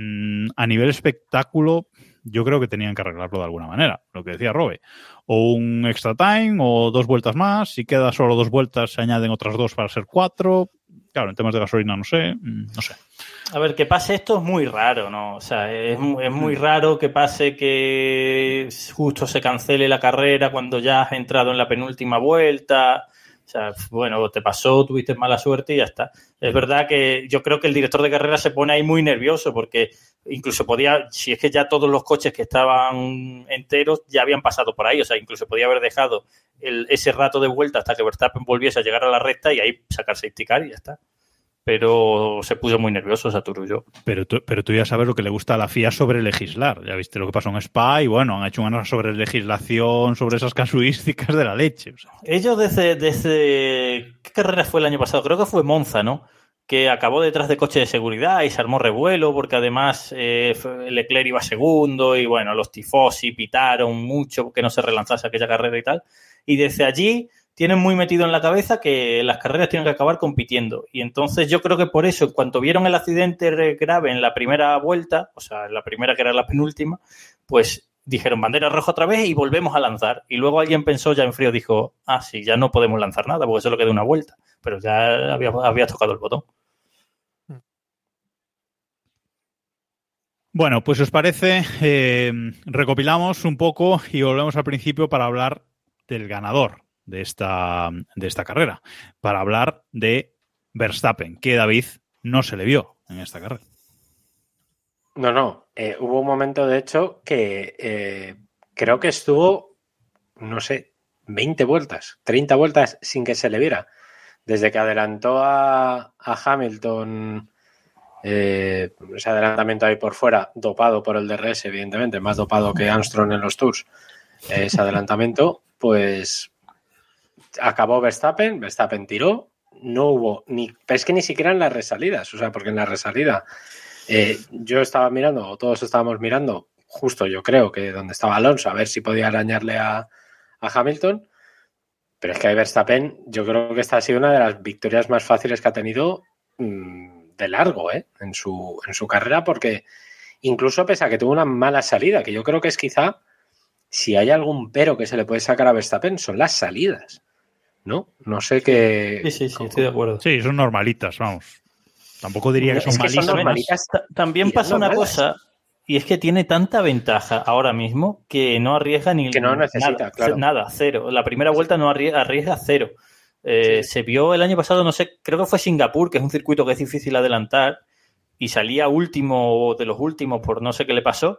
a nivel espectáculo, yo creo que tenían que arreglarlo de alguna manera, lo que decía Robe. O un extra time, o dos vueltas más. Si queda solo dos vueltas, se añaden otras dos para ser cuatro. Claro, en temas de gasolina no sé, no sé. A ver, que pase esto es muy raro, ¿no? O sea, es, es muy raro que pase que justo se cancele la carrera cuando ya has entrado en la penúltima vuelta. O sea, bueno, te pasó, tuviste mala suerte y ya está. Es verdad que yo creo que el director de carrera se pone ahí muy nervioso porque incluso podía, si es que ya todos los coches que estaban enteros ya habían pasado por ahí, o sea, incluso podía haber dejado el, ese rato de vuelta hasta que Verstappen volviese a llegar a la recta y ahí sacarse safety car y ya está. Pero se puso muy nervioso, se aturulló. Pero tú, pero tú ya sabes lo que le gusta a la F I A sobre legislar. Ya viste lo que pasó en Spa y, bueno, han hecho una sobre legislación, sobre esas casuísticas de la leche. O sea. Ellos desde, desde... ¿Qué carrera fue el año pasado? Creo que fue Monza, ¿no? Que acabó detrás de coche de seguridad y se armó revuelo porque además eh, Leclerc iba segundo y, bueno, los tifosi pitaron mucho que no se relanzase aquella carrera y tal. Y desde allí tienen muy metido en la cabeza que las carreras tienen que acabar compitiendo. Y entonces yo creo que por eso, en cuanto vieron el accidente grave en la primera vuelta, o sea, en la primera que era la penúltima, pues dijeron bandera roja otra vez y volvemos a lanzar. Y luego alguien pensó ya en frío, dijo, ah, sí, ya no podemos lanzar nada porque solo queda una vuelta. Pero ya había, había tocado el botón. Bueno, pues os parece, eh, recopilamos un poco y volvemos al principio para hablar del ganador de esta, de esta carrera, para hablar de Verstappen, que David no se le vio en esta carrera. No, no, eh, hubo un momento de hecho que eh, creo que estuvo, no sé, veinte vueltas, treinta vueltas sin que se le viera. Desde que adelantó a, a Hamilton, eh, ese adelantamiento ahí por fuera, dopado por el D R S, evidentemente, más dopado que Armstrong en los Tours, eh, ese adelantamiento, pues acabó Verstappen, Verstappen tiró, no hubo ni, pero es que ni siquiera en las resalidas, o sea, porque en la resalida eh, yo estaba mirando, o todos estábamos mirando, justo yo creo que donde estaba Alonso, a ver si podía arañarle a, a Hamilton, pero es que hay Verstappen, yo creo que esta ha sido una de las victorias más fáciles que ha tenido mmm, de largo, ¿eh? en su, en su carrera, porque incluso pese a que tuvo una mala salida, que yo creo que es quizá, si hay algún pero que se le puede sacar a Verstappen, son las salidas. ¿No? No sé qué... Sí, sí, sí, estoy de acuerdo. Sí, son normalitas, vamos. Tampoco diría que son es que malísimas. Son normalitas. También pasa una cosa, y es que tiene tanta ventaja ahora mismo que no arriesga ni que no necesita, nada, claro. nada, cero. La primera vuelta no arriesga, arriesga cero. Eh, sí. Se vio el año pasado, no sé, creo que fue Singapur, que es un circuito que es difícil adelantar, y salía último de los últimos por no sé qué le pasó.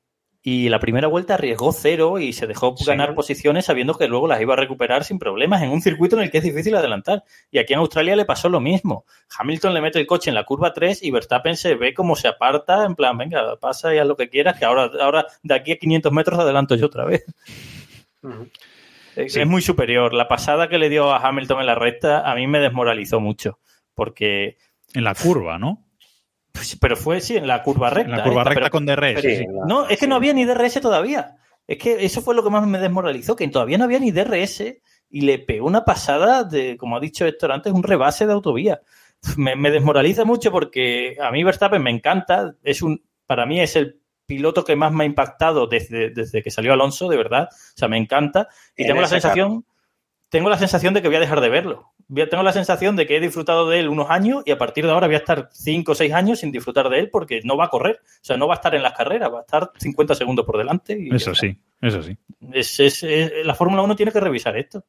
Y la primera vuelta arriesgó cero y se dejó sí. ganar posiciones sabiendo que luego las iba a recuperar sin problemas en un circuito en el que es difícil adelantar. Y aquí en Australia le pasó lo mismo. Hamilton le mete el coche en la curva tres y Verstappen se ve como se aparta, en plan, venga, pasa y haz lo que quieras, que ahora, ahora de aquí a quinientos metros adelanto yo otra vez. Uh-huh. Es, sí. es muy superior. La pasada que le dio a Hamilton en la recta a mí me desmoralizó mucho. Porque... En la curva, ¿no? Pero fue, sí, en la curva recta. En la curva esta, recta pero, con D R S. Pero, sí. No, es que no había ni D R S todavía. Es que eso fue lo que más me desmoralizó, que todavía no había ni D R S y le pegó una pasada de, como ha dicho Héctor antes, un rebase de autovía. Me, me desmoraliza mucho porque a mí Verstappen me encanta. Es un, para mí es el piloto que más me ha impactado desde, desde que salió Alonso, de verdad. O sea, me encanta. Y tengo la sensación... Carro. Tengo la sensación de que voy a dejar de verlo. Tengo la sensación de que he disfrutado de él unos años y a partir de ahora voy a estar cinco o seis años sin disfrutar de él porque no va a correr. O sea, no va a estar en las carreras, va a estar cincuenta segundos por delante. Y eso sí, eso sí. Es, es, es, la Fórmula uno tiene que revisar esto.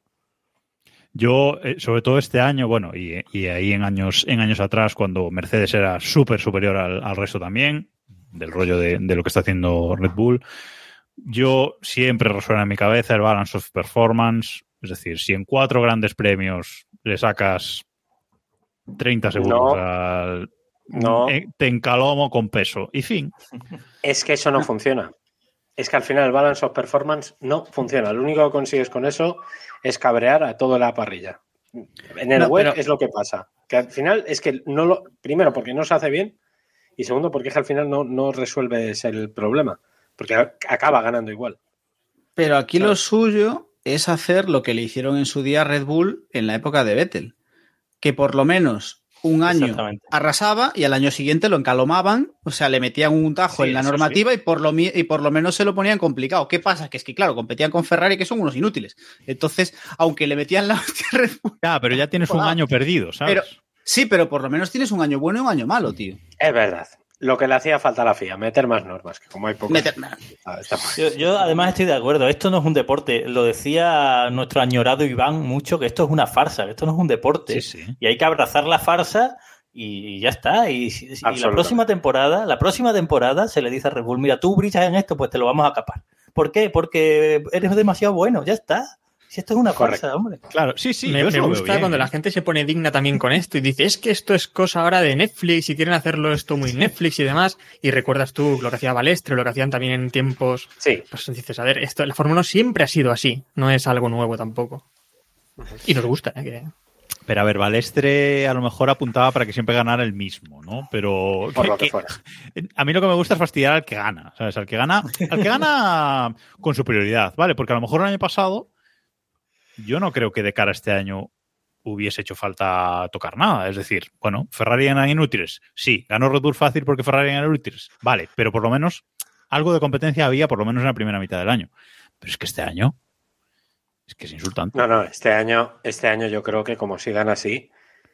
Yo, eh, sobre todo este año, bueno, y, y ahí en años, en años atrás, cuando Mercedes era súper superior al, al resto también, del rollo de, de lo que está haciendo Red Bull, yo siempre resuena en mi cabeza el balance of performance. Es decir, si en cuatro grandes premios le sacas treinta segundos no, al... No. Te encalomo con peso. Y fin. Es que eso no funciona. Es que al final el balance of performance no funciona. Lo único que consigues con eso es cabrear a toda la parrilla. En el no, web pero... es lo que pasa. Que al final es que no lo... Primero, porque no se hace bien. Y segundo, porque es que al final no, no resuelves el problema. Porque acaba ganando igual. Pero aquí ¿sabes? Lo suyo es hacer lo que le hicieron en su día a Red Bull en la época de Vettel. Que por lo menos un año arrasaba y al año siguiente lo encalomaban, o sea, le metían un tajo sí, en la normativa sí. y, por lo, y por lo menos se lo ponían complicado. ¿Qué pasa? Que es que, claro, competían con Ferrari, que son unos inútiles. Entonces, aunque le metían la Red Bull... Ya, pero ya tienes un año perdido, ¿sabes? Pero, sí, pero por lo menos tienes un año bueno y un año malo, tío. Es verdad. Lo que le hacía falta a la F I A, meter más normas, que como hay pocos... Meter... Yo, yo además estoy de acuerdo, esto no es un deporte, lo decía nuestro añorado Iván mucho, que esto es una farsa, que esto no es un deporte, sí, sí. Y hay que abrazar la farsa y ya está, y, y la próxima temporada, la próxima temporada se le dice a Red Bull, mira, tú brillas en esto, pues te lo vamos a capar. ¿Por qué? Porque eres demasiado bueno, ya está. Si esto es una Correcto. farsa, hombre. Claro, sí, sí. Me, me gusta cuando la gente se pone digna también con esto y dice, es que esto es cosa ahora de Netflix y quieren hacerlo esto muy Netflix y demás. Y recuerdas tú lo que hacía Balestre, lo que hacían también en tiempos... Sí. Pues dices, a ver, esto, la Fórmula uno siempre ha sido así, no es algo nuevo tampoco. Y nos gusta, ¿eh? Que... Pero a ver, Balestre a lo mejor apuntaba para que siempre ganara el mismo, ¿no? Pero por lo que, que fuera. A mí lo que me gusta es fastidiar al que gana, ¿sabes? Al que gana, al que gana con superioridad, ¿vale? Porque a lo mejor el año pasado yo no creo que de cara a este año hubiese hecho falta tocar nada. Es decir, bueno, Ferrari eran inútiles. Sí, ganó Red Bull fácil porque Ferrari eran inútiles. Vale, pero por lo menos algo de competencia había por lo menos en la primera mitad del año. Pero es que este año es que es insultante. No, no, este año, este año yo creo que como sigan así,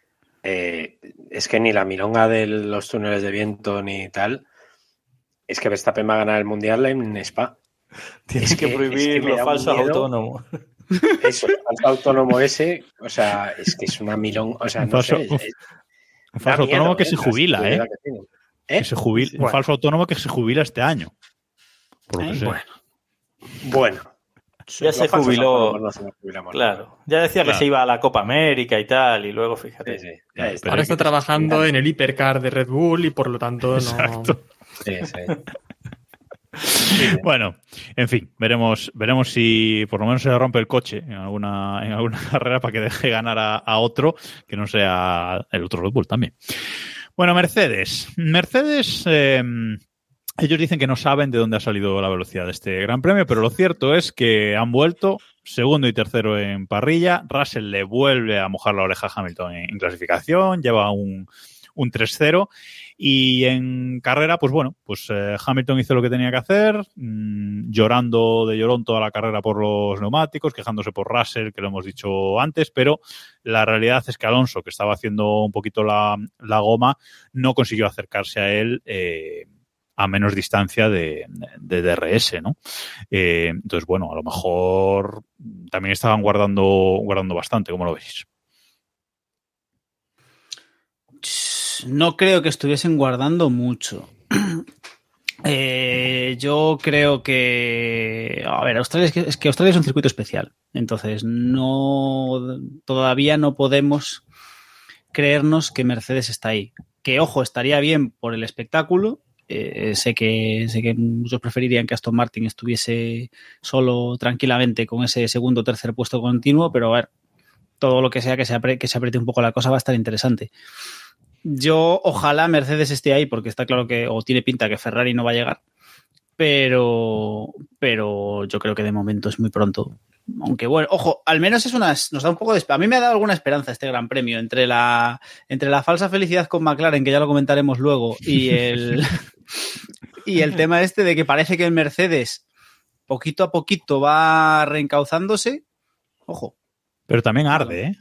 eh, es que ni la milonga de los túneles de viento ni tal, es que Verstappen va a ganar el Mundial en Spa. Tienes que, que prohibir es que los falsos autónomos. Eso, el falso autónomo ese, o sea, es que es una milonga, o sea, un no falso, sé. Es, es, un falso autónomo miedo, que eh, se jubila, ¿eh? Que ¿Eh? Que se jubila, bueno. Un falso autónomo que se jubila este año. Por lo que ¿Eh? sé. Bueno. Bueno. Ya se jubiló. No se jubilamos, claro. ¿no? Ya decía claro. que se iba a la Copa América y tal, y luego fíjate. Sí, sí. Ya está. Ahora está trabajando en el hipercar de Red Bull y por lo tanto no. Exacto. Sí, sí. Bueno, en fin, veremos veremos si por lo menos se le rompe el coche en alguna en alguna carrera para que deje ganar a, a otro que no sea el otro Red Bull también. Bueno, Mercedes. Mercedes, eh, ellos dicen que no saben de dónde ha salido la velocidad de este Gran Premio, pero lo cierto es que han vuelto segundo y tercero en parrilla. Russell le vuelve a mojar la oreja a Hamilton en, en clasificación, lleva un, un tres cero. Y en carrera, pues bueno, pues eh, Hamilton hizo lo que tenía que hacer, mmm, llorando de llorón toda la carrera por los neumáticos, quejándose por Russell, que lo hemos dicho antes, pero la realidad es que Alonso, que estaba haciendo un poquito la, la goma, no consiguió acercarse a él eh, a menos distancia de, de D R S, ¿no? Eh, entonces, bueno, a lo mejor también estaban guardando, guardando bastante, ¿cómo lo veis? No creo que estuviesen guardando mucho. eh, yo creo que... A ver, Australia es, que es que Australia es un circuito especial. Entonces, no todavía no podemos creernos que Mercedes está ahí. Que, ojo, estaría bien por el espectáculo. Eh, sé que sé que muchos preferirían que Aston Martin estuviese solo tranquilamente con ese segundo o tercer puesto continuo, pero a ver, todo lo que sea que se, apre- que se apriete un poco la cosa va a estar interesante. Yo, ojalá Mercedes esté ahí, porque está claro que, o tiene pinta que Ferrari no va a llegar, pero, pero yo creo que de momento es muy pronto. Aunque bueno, ojo, al menos es una, nos da un poco de... A mí me ha dado alguna esperanza este Gran Premio, entre la, entre la falsa felicidad con McLaren, que ya lo comentaremos luego, y el, y el tema este de que parece que el Mercedes poquito a poquito va reencauzándose. Ojo. Pero también arde, ¿eh?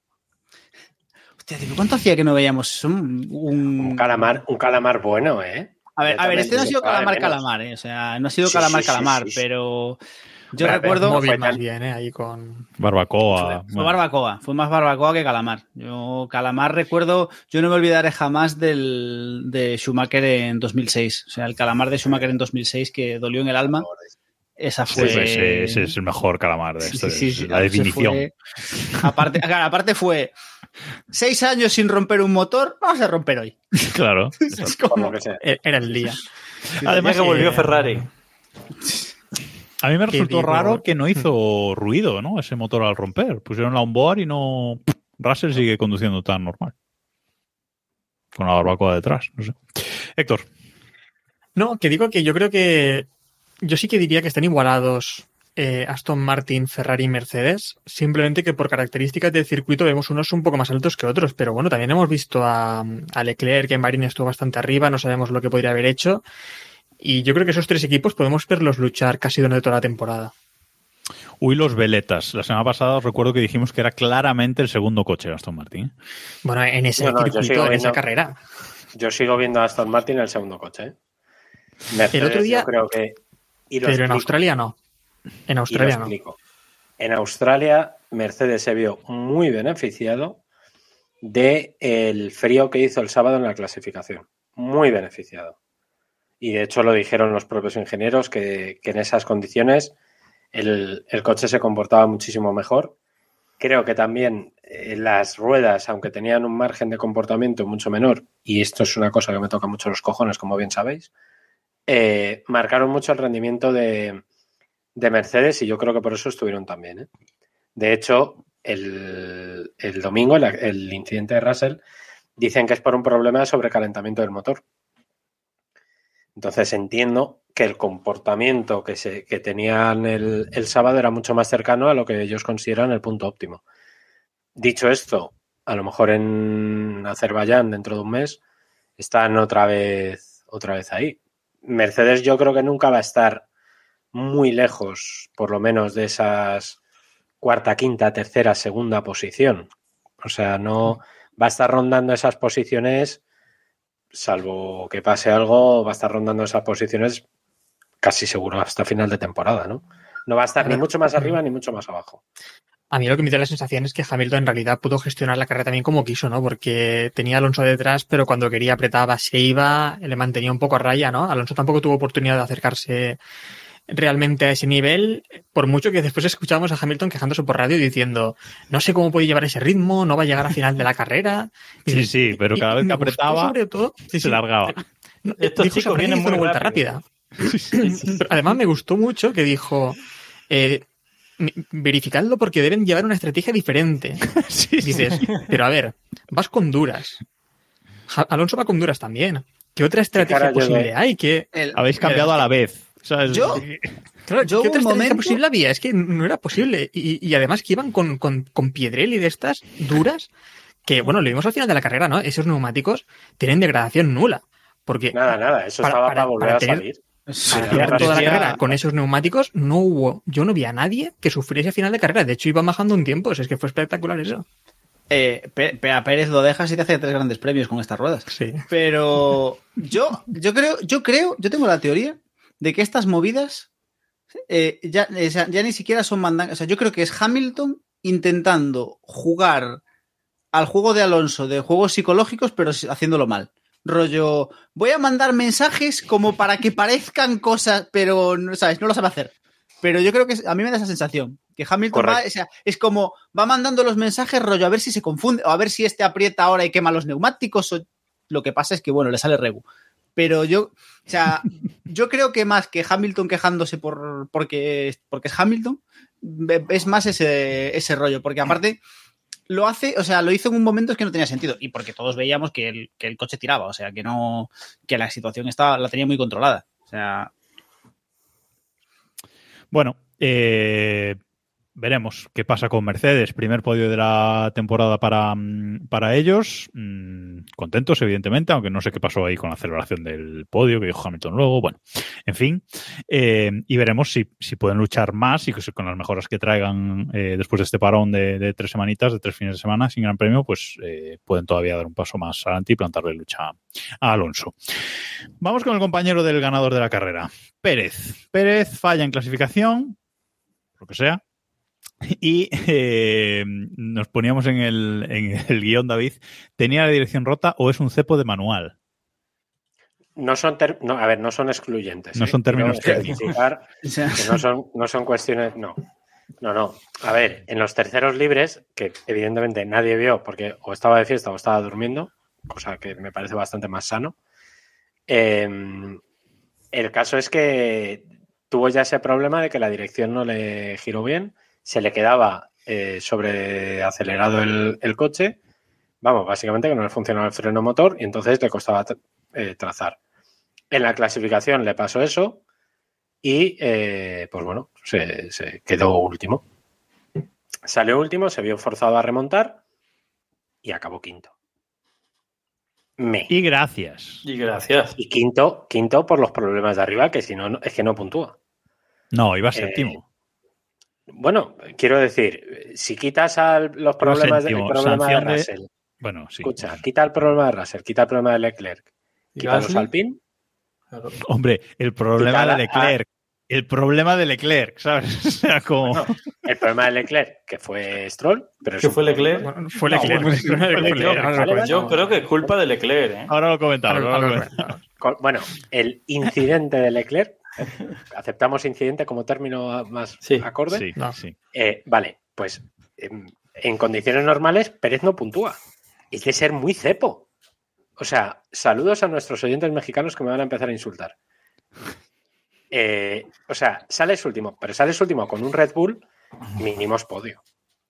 ¿Cuánto hacía que no veíamos un, un... un calamar, un calamar bueno, eh? A ver, a ver, este no ha sido calamar calamar, eh, o sea, no ha sido sí, calamar sí, calamar, sí, sí, pero yo pero recuerdo no fue más bien, eh, ahí con barbacoa. Fue, fue barbacoa, fue más barbacoa que calamar. Yo calamar recuerdo, yo no me olvidaré jamás del de Schumacher en dos mil seis, o sea, el calamar de Schumacher en dos mil seis que dolió en el alma. esa fue... Sí, ese, ese es el mejor calamar de esto, sí, sí, sí, la definición. Fue... Aparte, claro, aparte fue seis años sin romper un motor, vamos a romper hoy. Claro. Es como... Era el día. Además que volvió Ferrari. A mí me resultó digo... raro que no hizo ruido, ¿no? Ese motor al romper. Pusieron la onboard y no... Russell sigue conduciendo tan normal. Con la barbacoa detrás, no sé. Héctor. No, que digo que yo creo que... Yo sí que diría que están igualados eh, Aston Martin, Ferrari y Mercedes. Simplemente que por características del circuito vemos unos un poco más altos que otros. Pero bueno, también hemos visto a, a Leclerc, que en Bahrein estuvo bastante arriba. No sabemos lo que podría haber hecho. Y yo creo que esos tres equipos podemos verlos luchar casi durante toda la temporada. Uy, los veletas. La semana pasada os recuerdo que dijimos que era claramente el segundo coche de Aston Martin. Bueno, en ese no, no, circuito, en viendo, esa carrera. Yo sigo viendo a Aston Martin el segundo coche. ¿eh? Mercedes, el otro día, yo creo que... Pero explico. En Australia no. En Australia no. En Australia, Mercedes se vio muy beneficiado del frío que hizo el sábado en la clasificación. Muy beneficiado. Y de hecho lo dijeron los propios ingenieros que, que en esas condiciones el, el coche se comportaba muchísimo mejor. Creo que también eh, las ruedas, aunque tenían un margen de comportamiento mucho menor, y esto es una cosa que me toca mucho los cojones, como bien sabéis, eh, marcaron mucho el rendimiento de, de Mercedes y yo creo que por eso estuvieron tan bien. ¿eh? De hecho, el, el domingo, el, el incidente de Russell, dicen que es por un problema de sobrecalentamiento del motor. Entonces entiendo que el comportamiento que, se, que tenían el, el sábado era mucho más cercano a lo que ellos consideran el punto óptimo. Dicho esto, a lo mejor en Azerbaiyán dentro de un mes están otra vez, otra vez ahí. Mercedes yo creo que nunca va a estar muy lejos, por lo menos, de esas cuarta, quinta, tercera, segunda posición. O sea, no va a estar rondando esas posiciones... Salvo que pase algo, va a estar rondando esas posiciones casi seguro hasta final de temporada, ¿no? No va a estar ni mucho más arriba ni mucho más abajo. A mí lo que me da la sensación es que Hamilton en realidad pudo gestionar la carrera también como quiso, ¿no? Porque tenía a Alonso detrás, pero cuando quería apretaba, se iba, le mantenía un poco a raya, ¿no? Alonso tampoco tuvo oportunidad de acercarse realmente a ese nivel, por mucho que después escuchábamos a Hamilton quejándose por radio diciendo no sé cómo puede llevar ese ritmo, no va a llegar a final de la carrera. Y, sí, sí, pero cada vez que apretaba sobre todo, sí, se sí, largaba. Estos chicos vienen muy una vuelta rápida. Pero además me gustó mucho que dijo eh, verificadlo porque deben llevar una estrategia diferente. Sí, dices, sí. Pero a ver, vas con duras. Alonso va con duras también. ¿Qué otra estrategia posible de... hay? ¿Qué... El... Habéis cambiado a la vez. ¿Sabes? Yo, claro, yo ¿qué otra momento... posible había? Es que no era posible. Y, y además que iban con, con, con Piedrelli de estas duras, que bueno, lo vimos al final de la carrera, ¿no? Esos neumáticos tienen degradación nula. Porque nada, nada, eso para, estaba para, para volver para a tener, salir. Para para toda la carrera con esos neumáticos no hubo, yo no vi a nadie que sufriese a final de carrera. De hecho, iban bajando un tiempo. O sea, es que fue espectacular eso. Eh, a Pérez lo dejas y te hace tres grandes premios con estas ruedas. Sí. Pero yo, yo creo, yo creo, yo tengo la teoría de que estas movidas eh, ya, ya ni siquiera son mandangas. O sea, yo creo que es Hamilton intentando jugar al juego de Alonso, de juegos psicológicos, pero haciéndolo mal. Rollo, voy a mandar mensajes como para que parezcan cosas, pero no, ¿sabes? No lo sabe hacer. Pero yo creo que a mí me da esa sensación. Que Hamilton va, o sea, es como va mandando los mensajes, rollo, a ver si se confunde, o a ver si este aprieta ahora y quema los neumáticos. O... Lo que pasa es que, bueno, le sale regu. Pero yo, o sea, yo creo que más que Hamilton quejándose por porque, porque es Hamilton, es más ese, ese rollo. Porque aparte, lo hace, o sea, lo hizo en un momento que no tenía sentido. Y porque todos veíamos que el, que el coche tiraba, o sea, que no, que la situación estaba, la tenía muy controlada. O sea. Bueno, eh. Veremos qué pasa con Mercedes. Primer podio de la temporada para, para ellos. Mm, contentos, evidentemente, aunque no sé qué pasó ahí con la celebración del podio, que dijo Hamilton luego. Bueno, en fin. Eh, y veremos si, si pueden luchar más y con las mejoras que traigan eh, después de este parón de, de tres semanitas, de tres fines de semana sin gran premio, pues eh, pueden todavía dar un paso más adelante y plantarle lucha a Alonso. Vamos con el compañero del ganador de la carrera, Pérez. Pérez falla en clasificación, lo que sea. Y eh, nos poníamos en el, en el guión, David, ¿tenía la dirección rota o es un cepo de manual? No son, ter- no, a ver, no son excluyentes. No ¿eh? son términos Quiero especificar que no son, no son cuestiones, no. No, no. A ver, en los terceros libres, que evidentemente nadie vio porque o estaba de fiesta o estaba durmiendo, cosa que me parece bastante más sano, eh, el caso es que tuvo ya ese problema de que la dirección no le giró bien, se le quedaba eh, sobreacelerado el, el coche, vamos, básicamente que no le funcionaba el freno motor y entonces le costaba eh, trazar. En la clasificación le pasó eso y, eh, pues bueno, se, se quedó último. Salió último, se vio forzado a remontar y acabó quinto. Me. Y gracias. Y gracias. Y quinto, quinto por los problemas de arriba, que si no, es que no puntúa. No, iba Eh, séptimo. Bueno, quiero decir, si quitas al, los problemas de, el problema de Sanción de- Russell, Bueno, sí. escucha, quita el problema de Russell, quita el problema de Leclerc, ¿Y quita los Gasly? Alpine, Hombre, el problema Quita de la- Leclerc. El problema de Leclerc, ¿sabes? O sea, como... no, el problema de Leclerc, que fue Stroll, pero es ¿Qué un- fue Leclerc? Bueno, fue No, Leclerc. bueno, fue Leclerc, Leclerc, ahora lo vale, cuento. Yo creo que es culpa de Leclerc, ¿eh? Ahora lo comentamos. Ahora- ahora lo ahora lo comentamos. cuento. con- bueno, el incidente de Leclerc, aceptamos incidente como término más Sí, acorde. Sí, No. sí. Eh, vale, pues en, en condiciones normales Pérez no puntúa. Es de ser muy cepo. O sea, saludos a nuestros oyentes mexicanos que me van a empezar a insultar. Eh, o sea, sales último, pero sales último con un Red Bull, mínimos podio.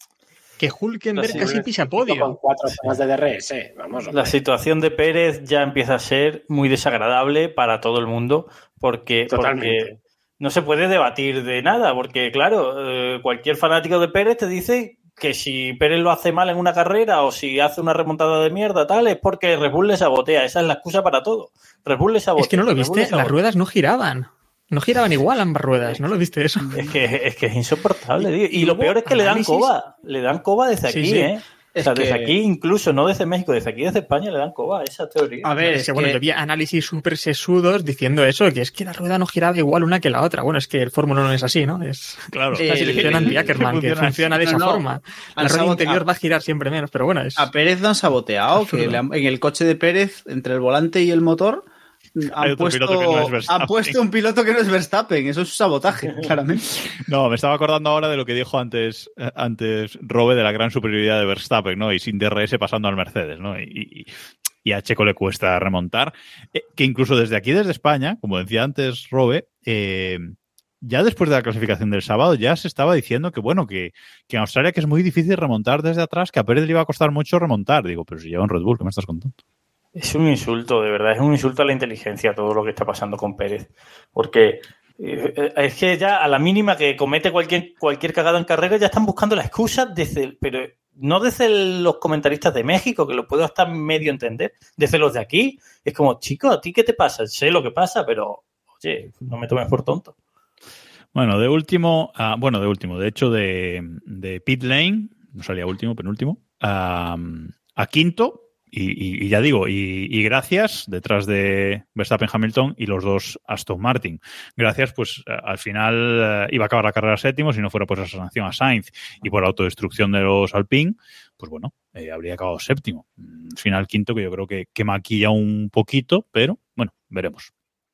Que Hulkenberg Sí, casi pisa Con podio. cuatro zonas de D R S, vamos. La hombre. situación de Pérez ya empieza a ser muy desagradable para todo el mundo porque, Totalmente. porque no se puede debatir de nada, porque claro, eh, cualquier fanático de Pérez te dice que si Pérez lo hace mal en una carrera o si hace una remontada de mierda, tal, es porque Red Bull le sabotea. Esa es la excusa para todo. Red Bull le sabotea. Es que no lo Red Bull viste, le las sabotea. ruedas no giraban. No giraban igual ambas ruedas, ¿no lo viste eso? Es que, es que es insoportable, tío. Y lo peor es que le dan análisis- coba. Le dan coba desde Sí, aquí, sí. ¿eh? O sea, Es desde que- aquí, incluso, no desde México, desde aquí, desde España, le dan coba a esa teoría. A ver, Es es que, bueno, que- yo vi análisis súper sesudos diciendo eso, que es que la rueda no giraba igual una que la otra. Bueno, es que el Fórmula no es así, ¿no? Es Claro. la selección anti-Ackerman, que funciona funciona de así. esa No, no. forma. La Han rueda sabota- interior va a girar siempre menos, pero bueno, es... A Pérez lo han saboteado, que Absurdo. le han- en el coche de Pérez, entre el volante y el motor, han otro puesto, piloto que no es Verstappen. han puesto un piloto que no es Verstappen. Eso es sabotaje, claramente. No, me estaba acordando ahora de lo que dijo antes, eh, antes Robe de la gran superioridad de Verstappen, ¿no? Y sin D R S pasando al Mercedes, ¿no? Y, y, y a Checo le cuesta remontar. Eh, que incluso desde aquí, desde España, como decía antes Robe, eh, ya después de la clasificación del sábado ya se estaba diciendo que, bueno, que, que en Australia que es muy difícil remontar desde atrás, que a Pérez le iba a costar mucho remontar. Digo, pero si lleva un Red Bull, ¿qué me estás contando? Es un insulto, de verdad, es un insulto a la inteligencia todo lo que está pasando con Pérez. Porque eh, es que ya a la mínima que comete cualquier, cualquier cagada en carrera ya están buscando la excusa desde el- pero no desde el- los comentaristas de México, que lo puedo hasta medio entender, desde los de aquí. Es como, chico, ¿a ti qué te pasa? Sé lo que pasa, pero oye, no me tomes por tonto. Bueno, de último, ah, bueno, de último, de hecho, de, de pit lane, no salía último, penúltimo, a, a quinto, y, y- y ya digo, y, y gracias, detrás de Verstappen, Hamilton y los dos Aston Martin. Gracias, pues a- al final eh, iba a acabar la carrera séptimo, si no fuera por esa sanción a Sainz y por la autodestrucción de los Alpine, pues bueno, eh, habría acabado séptimo. Mm, Final quinto, que yo creo que, que maquilla un poquito, pero bueno, veremos.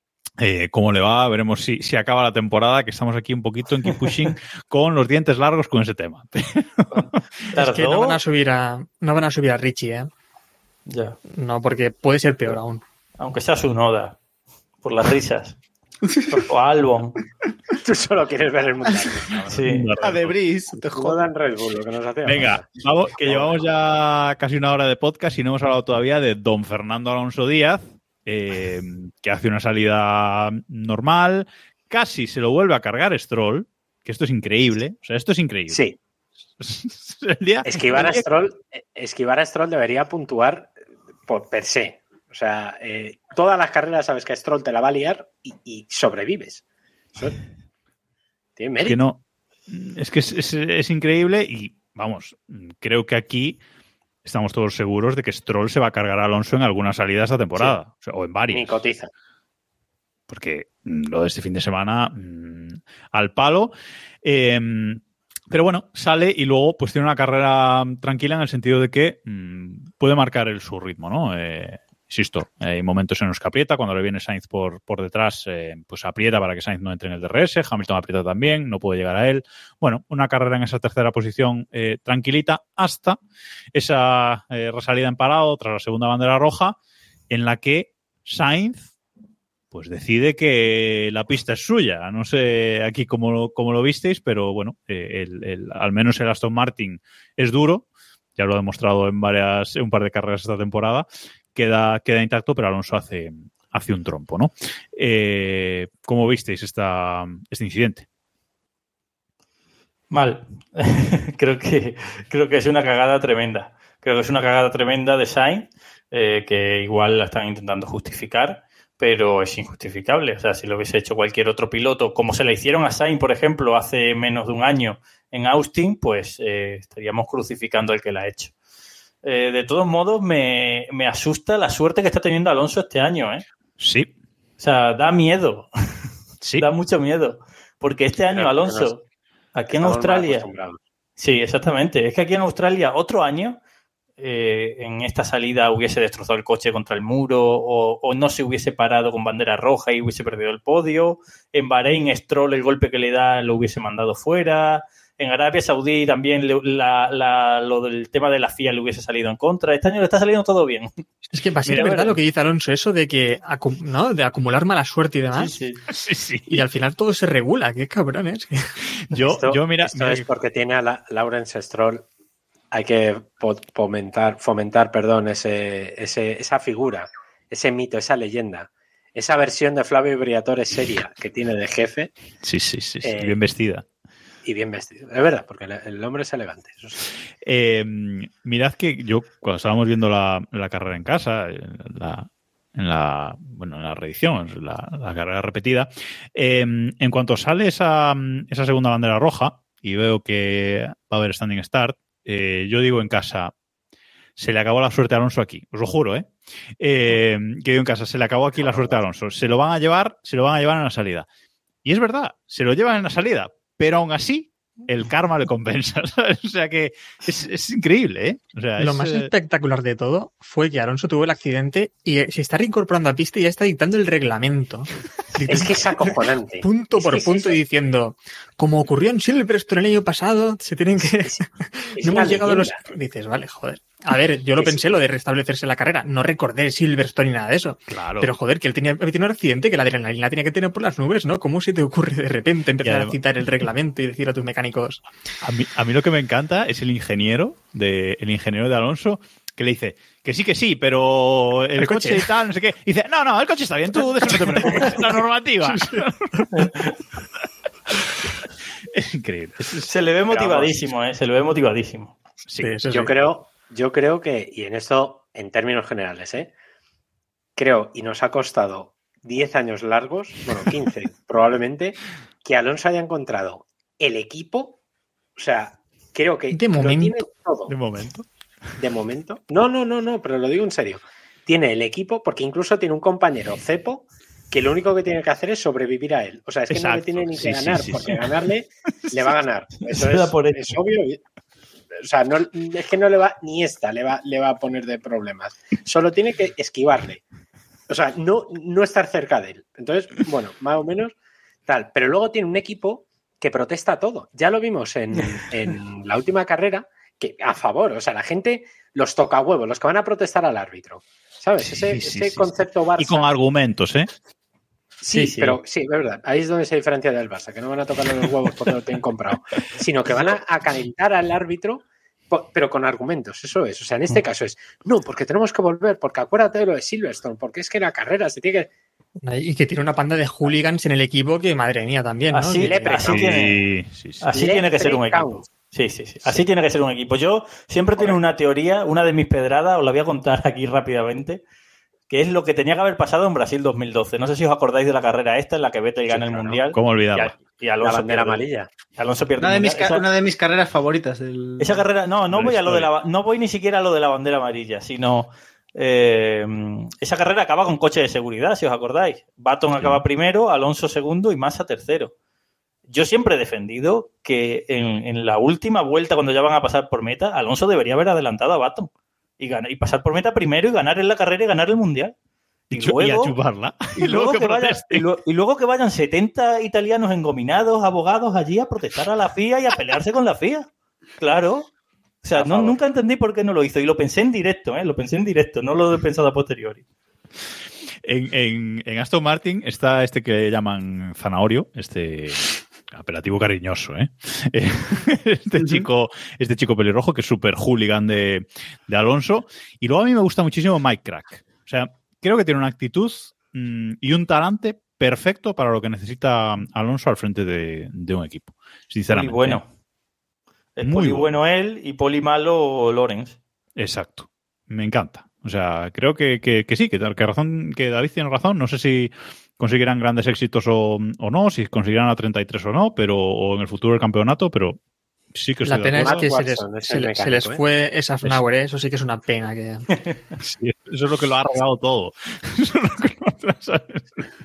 Eh, cómo le va, veremos si, si acaba la temporada, que estamos aquí un poquito en Keep Pushing con los dientes largos con ese tema. Es que no van a subir a, no van a subir a Richie, ¿eh? Ya. No, porque puede ser peor aún. Aunque sea su noda, por las risas. O Albon. Tú solo quieres ver el mundial. Sí. A Debris, te Jodan Red Bull, lo que nos hace. Venga, vamos, que llevamos ya casi una hora de podcast y no hemos hablado todavía de don Fernando Alonso Díaz, eh, que hace una salida normal, casi se lo vuelve a cargar Stroll, que esto es increíble, o sea, esto es increíble. Sí. El día- Esquivar a el día- Stroll, esquivar a Stroll debería puntuar por per se. O sea, eh, todas las carreras sabes que Stroll te la va a liar y, y sobrevives. Eso tiene mérito. que no, es que es, es- es increíble y vamos, creo que aquí estamos todos seguros de que Stroll se va a cargar a Alonso en alguna salida esta temporada, Sí. o, sea, o en varias. Ni cotiza. Porque mm, lo de este fin de semana mm, al palo. Eh, pero bueno, sale y luego pues tiene una carrera tranquila en el sentido de que mm, puede marcar el, su ritmo, ¿no? Eh, insisto, hay momentos en los que aprieta, cuando le viene Sainz por, por detrás, eh, pues aprieta para que Sainz no entre en el D R S, Hamilton aprieta también, no puede llegar a él. Bueno, una carrera en esa tercera posición eh, tranquilita hasta esa eh, resalida en parado tras la segunda bandera roja, en la que Sainz pues decide que la pista es suya. No sé aquí cómo lo, cómo lo visteis, pero bueno, eh, el, el, al menos el Aston Martin es duro, ya lo ha demostrado en varias, en un par de carreras esta temporada. Queda, queda intacto, pero Alonso hace, hace un trompo, ¿no? Eh, ¿Cómo visteis esta, este incidente? Mal. creo que creo que es una cagada tremenda. Creo que es una cagada tremenda de Sainz, eh, que igual la están intentando justificar, pero es injustificable. O sea, si lo hubiese hecho cualquier otro piloto, como se le hicieron a Sainz, por ejemplo, hace menos de un año en Austin, pues eh, estaríamos crucificando al que la ha hecho. Eh, de todos modos, me, me asusta la suerte que está teniendo Alonso este año, ¿eh? Sí. O sea, da miedo. Sí. Da mucho miedo. Porque este año, Pero, Alonso, aquí en Australia... Sí, exactamente. Es que aquí en Australia, otro año, eh, en esta salida hubiese destrozado el coche contra el muro o, o no se hubiese parado con bandera roja y hubiese perdido el podio. En Bahrein, Stroll, el golpe que le da, lo hubiese mandado fuera. En Arabia Saudí también la, la, lo del tema de la F I A le hubiese salido en contra. Este año le está saliendo todo bien. Es que va a ser verdad lo que dice Alonso, eso de que ¿no? de acumular mala suerte y demás. Sí, sí. Sí, sí. Y al final todo se regula. Qué cabrones. Yo, esto, yo mira, esto mira es porque tiene a la, Lawrence Stroll. Hay que fomentar, fomentar perdón, ese, ese, esa figura, ese mito, esa leyenda. Esa versión de Flavio Briatore seria que tiene de jefe. Sí, sí, sí, sí eh, bien vestida. Y bien vestido. Es verdad, porque el hombre es elegante. Eso sí. eh, mirad que yo, cuando estábamos viendo la, la carrera en casa, en la, en la, bueno, en la reedición, la, la carrera repetida, eh, en cuanto sale esa, esa segunda bandera roja y veo que va a haber standing start, eh, yo digo en casa, se le acabó la suerte a Alonso aquí. Os lo juro, ¿eh? eh que digo en casa, se le acabó aquí la suerte a Alonso. Se lo van a llevar, se lo van a llevar en la salida. Y es verdad, se lo llevan en la salida. Pero aún así, el karma le compensa, ¿sabes? O sea que es, es increíble, ¿eh? O sea, Lo es, más eh... espectacular de todo fue que Alonso tuvo el accidente y se está reincorporando a pista y ya está dictando el reglamento. Es que es acojonante. Punto es por que punto es diciendo, como ocurrió en Silverstone el año pasado, se tienen que... Es, es no hemos llegado leyenda. a los... Dices, vale, joder. A ver, yo lo es... pensé, lo de restablecerse la carrera. No recordé Silverstone ni nada de eso. Claro. Pero joder, que él tenía, tenía un accidente que la adrenalina tenía que tener por las nubes, ¿no? ¿Cómo se te ocurre de repente empezar además... a citar el reglamento y decir a tus mecánicos... A mí, a mí lo que me encanta es el ingeniero de, el ingeniero de Alonso que le dice que sí, que sí, pero el, el coche y tal, no sé qué. Y dice, no, no, el coche está bien, tú de eso no te preocupes, la normativa. Sí, sí. Es increíble. Se le ve motivadísimo, ¿eh? Se le ve motivadísimo. Sí, sí, yo sí. creo, yo creo que, y en esto, en términos generales, ¿eh? creo, y nos ha costado diez años largos, bueno, quince probablemente, que Alonso haya encontrado el equipo, o sea, creo que de lo momento, tiene todo. De momento. De momento. No, no, no, no, pero lo digo en serio. Tiene el equipo, porque incluso tiene un compañero cepo que lo único que tiene que hacer es sobrevivir a él. O sea, es que Exacto. no le tiene ni que sí, ganar, sí, sí, porque sí. ganarle le va a ganar. Eso es, es obvio. O sea, no, es que no le va, ni esta le va, le va a poner de problemas. Solo tiene que esquivarle. O sea, no, no estar cerca de él. Entonces, bueno, más o menos tal. Pero luego tiene un equipo que protesta todo. Ya lo vimos en, en la última carrera, que a favor, o sea, la gente los toca huevos, los que van a protestar al árbitro. ¿Sabes? Sí, ese sí, ese sí, concepto Barça. Y con argumentos, ¿eh? Sí, sí, sí, pero sí, es verdad. Ahí es donde se diferencia del Barça, que no van a tocarle los huevos porque lo tienen comprado, sino que van a, a calentar al árbitro, pero con argumentos, eso es. O sea, en este caso es, no, porque tenemos que volver, porque acuérdate de lo de Silverstone, porque es que la carrera se tiene que... Y que tiene una panda de hooligans en el equipo que, madre mía, también, ¿no? Así, que, así, tiene, sí, sí. así tiene que ser un equipo. Sí, sí, sí. Así sí. tiene que ser un equipo. Yo siempre tengo una teoría, una de mis pedradas, os la voy a contar aquí rápidamente, que es lo que tenía que haber pasado en Brasil dos mil doce. No sé si os acordáis de la carrera esta en la que Vettel gana sí, claro. el Mundial. ¿Cómo olvidarlo? Y, y Alonso la bandera pierde, amarilla. Alonso pierde una, de mis esa, una de mis carreras favoritas. Del... Esa carrera, no, no voy a lo de la, no voy ni siquiera a lo de la bandera amarilla, sino eh, esa carrera acaba con coche de seguridad, si os acordáis. Button sí. acaba primero, Alonso segundo y Massa tercero. Yo siempre he defendido que en, en la última vuelta, cuando ya van a pasar por meta, Alonso debería haber adelantado a Button. y, ganar, y pasar por meta primero y ganar en la carrera y ganar el Mundial. Y, y, luego, y a chuparla. Y, y, luego que que vayan, y, lo, y luego que vayan setenta italianos engominados, abogados allí a protestar a la F I A y a pelearse con la F I A. Claro. O sea, no, nunca entendí por qué no lo hizo. Y lo pensé en directo, ¿eh? Lo pensé en directo, no lo he pensado a posteriori. En, en, en Aston Martin está este que llaman Zanahorio, este apelativo cariñoso, ¿eh? Este chico, este chico pelirrojo que es súper hooligan de, de Alonso. Y luego a mí me gusta muchísimo Mike Crack. O sea, creo que tiene una actitud mmm, y un talante perfecto para lo que necesita Alonso al frente de, de un equipo. Sinceramente. Muy bueno. Es muy poli bueno. bueno él y poli malo Lorenz. Exacto. Me encanta. O sea, creo que, que, que sí, que, que, razón, que David tiene razón. No sé si conseguirán grandes éxitos o, o no, si conseguirán a treinta y tres o no, pero o en el futuro del campeonato, pero sí que la pena es que se les, se, mecánico, se les fue ¿eh? esa Fnauer, ¿eh? Eso sí que es una pena. Que... sí, eso es lo que lo ha arreglado todo. Eso es lo que lo ha, ¿sabes?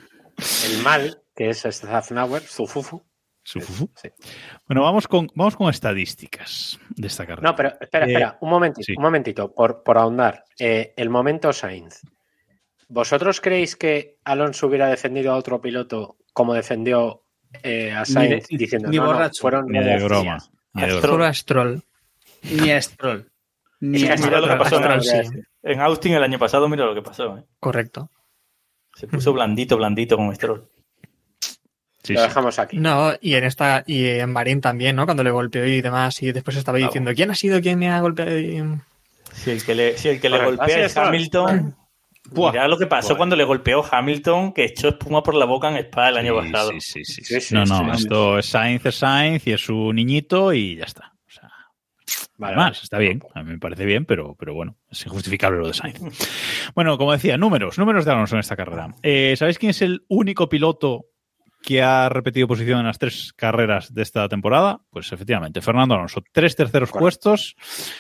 El mal, que es Zafnauer, Zufufu. Sufufu. Sí. Bueno, vamos con, vamos con estadísticas de esta carrera. No, pero espera, espera, eh, un momentito, sí. un momentito, por, por ahondar. Eh, el momento Sainz. ¿Vosotros creéis que Alonso hubiera defendido a otro piloto como defendió eh, a Sainz ni, diciendo ni no, borracho, no, fueron ni de broma? Ni de Stroll a Stroll. Ni a Stroll. Ni a Mira lo que pasó en, sí. en Austin el año pasado, mira lo que pasó. ¿eh? Correcto. Se puso blandito, blandito con Stroll. Sí, lo dejamos aquí. No, y en esta y en Bahrein también, ¿no? Cuando le golpeó y demás, y después estaba claro. diciendo ¿quién ha sido quien me ha golpeado? Y... Si el que le, si el que le golpea es Hamilton. Buah. Mirá lo que pasó Buah. cuando le golpeó Hamilton, que echó espuma por la boca en Spa el año sí, pasado. Sí, sí, sí, sí, sí. No, no, sí, esto es Sainz, es Sainz y es su niñito y ya está. O sea, vale, más, vale. Está bien, a mí me parece bien, pero, pero bueno, es injustificable lo de Sainz. Bueno, como decía, números, números de Alonso en esta carrera. Eh, ¿Sabéis quién es el único piloto que ha repetido posición en las tres carreras de esta temporada? Pues efectivamente, Fernando Alonso. Tres terceros Correcto. puestos.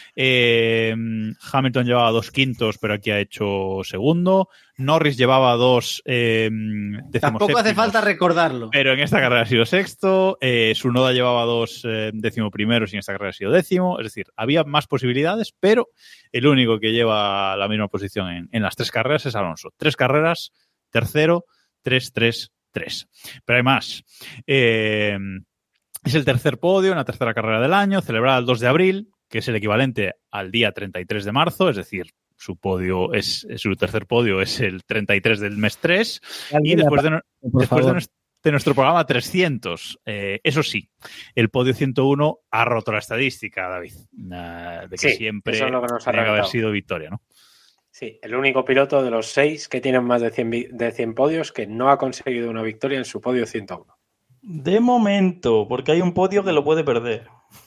Eh, Hamilton llevaba dos quintos, pero aquí ha hecho segundo. Norris llevaba dos eh, Tampoco hace falta recordarlo. Pero en esta carrera ha sido sexto. Eh, Tsunoda llevaba dos eh, décimo primeros y en esta carrera ha sido décimo. Es decir, había más posibilidades, pero el único que lleva la misma posición en, en las tres carreras es Alonso. Tres carreras, tercero, tres, tres, tres. Pero hay más. Eh, es el tercer podio en la tercera carrera del año, celebrada el dos de abril, que es el equivalente al día treinta y tres de marzo, es decir, su podio es, su tercer podio es el treinta y tres del mes tres. Y después, de, después de, nuestro, de nuestro programa trescientos, eh, eso sí, el podio ciento uno ha roto la estadística, David, uh, de que sí, siempre eso es lo que nos ha tiene que haber sido victoria, ¿no? Sí, el único piloto de los seis que tienen más de cien, de cien podios que no ha conseguido una victoria en su podio ciento uno. De momento, porque hay un podio que lo puede perder.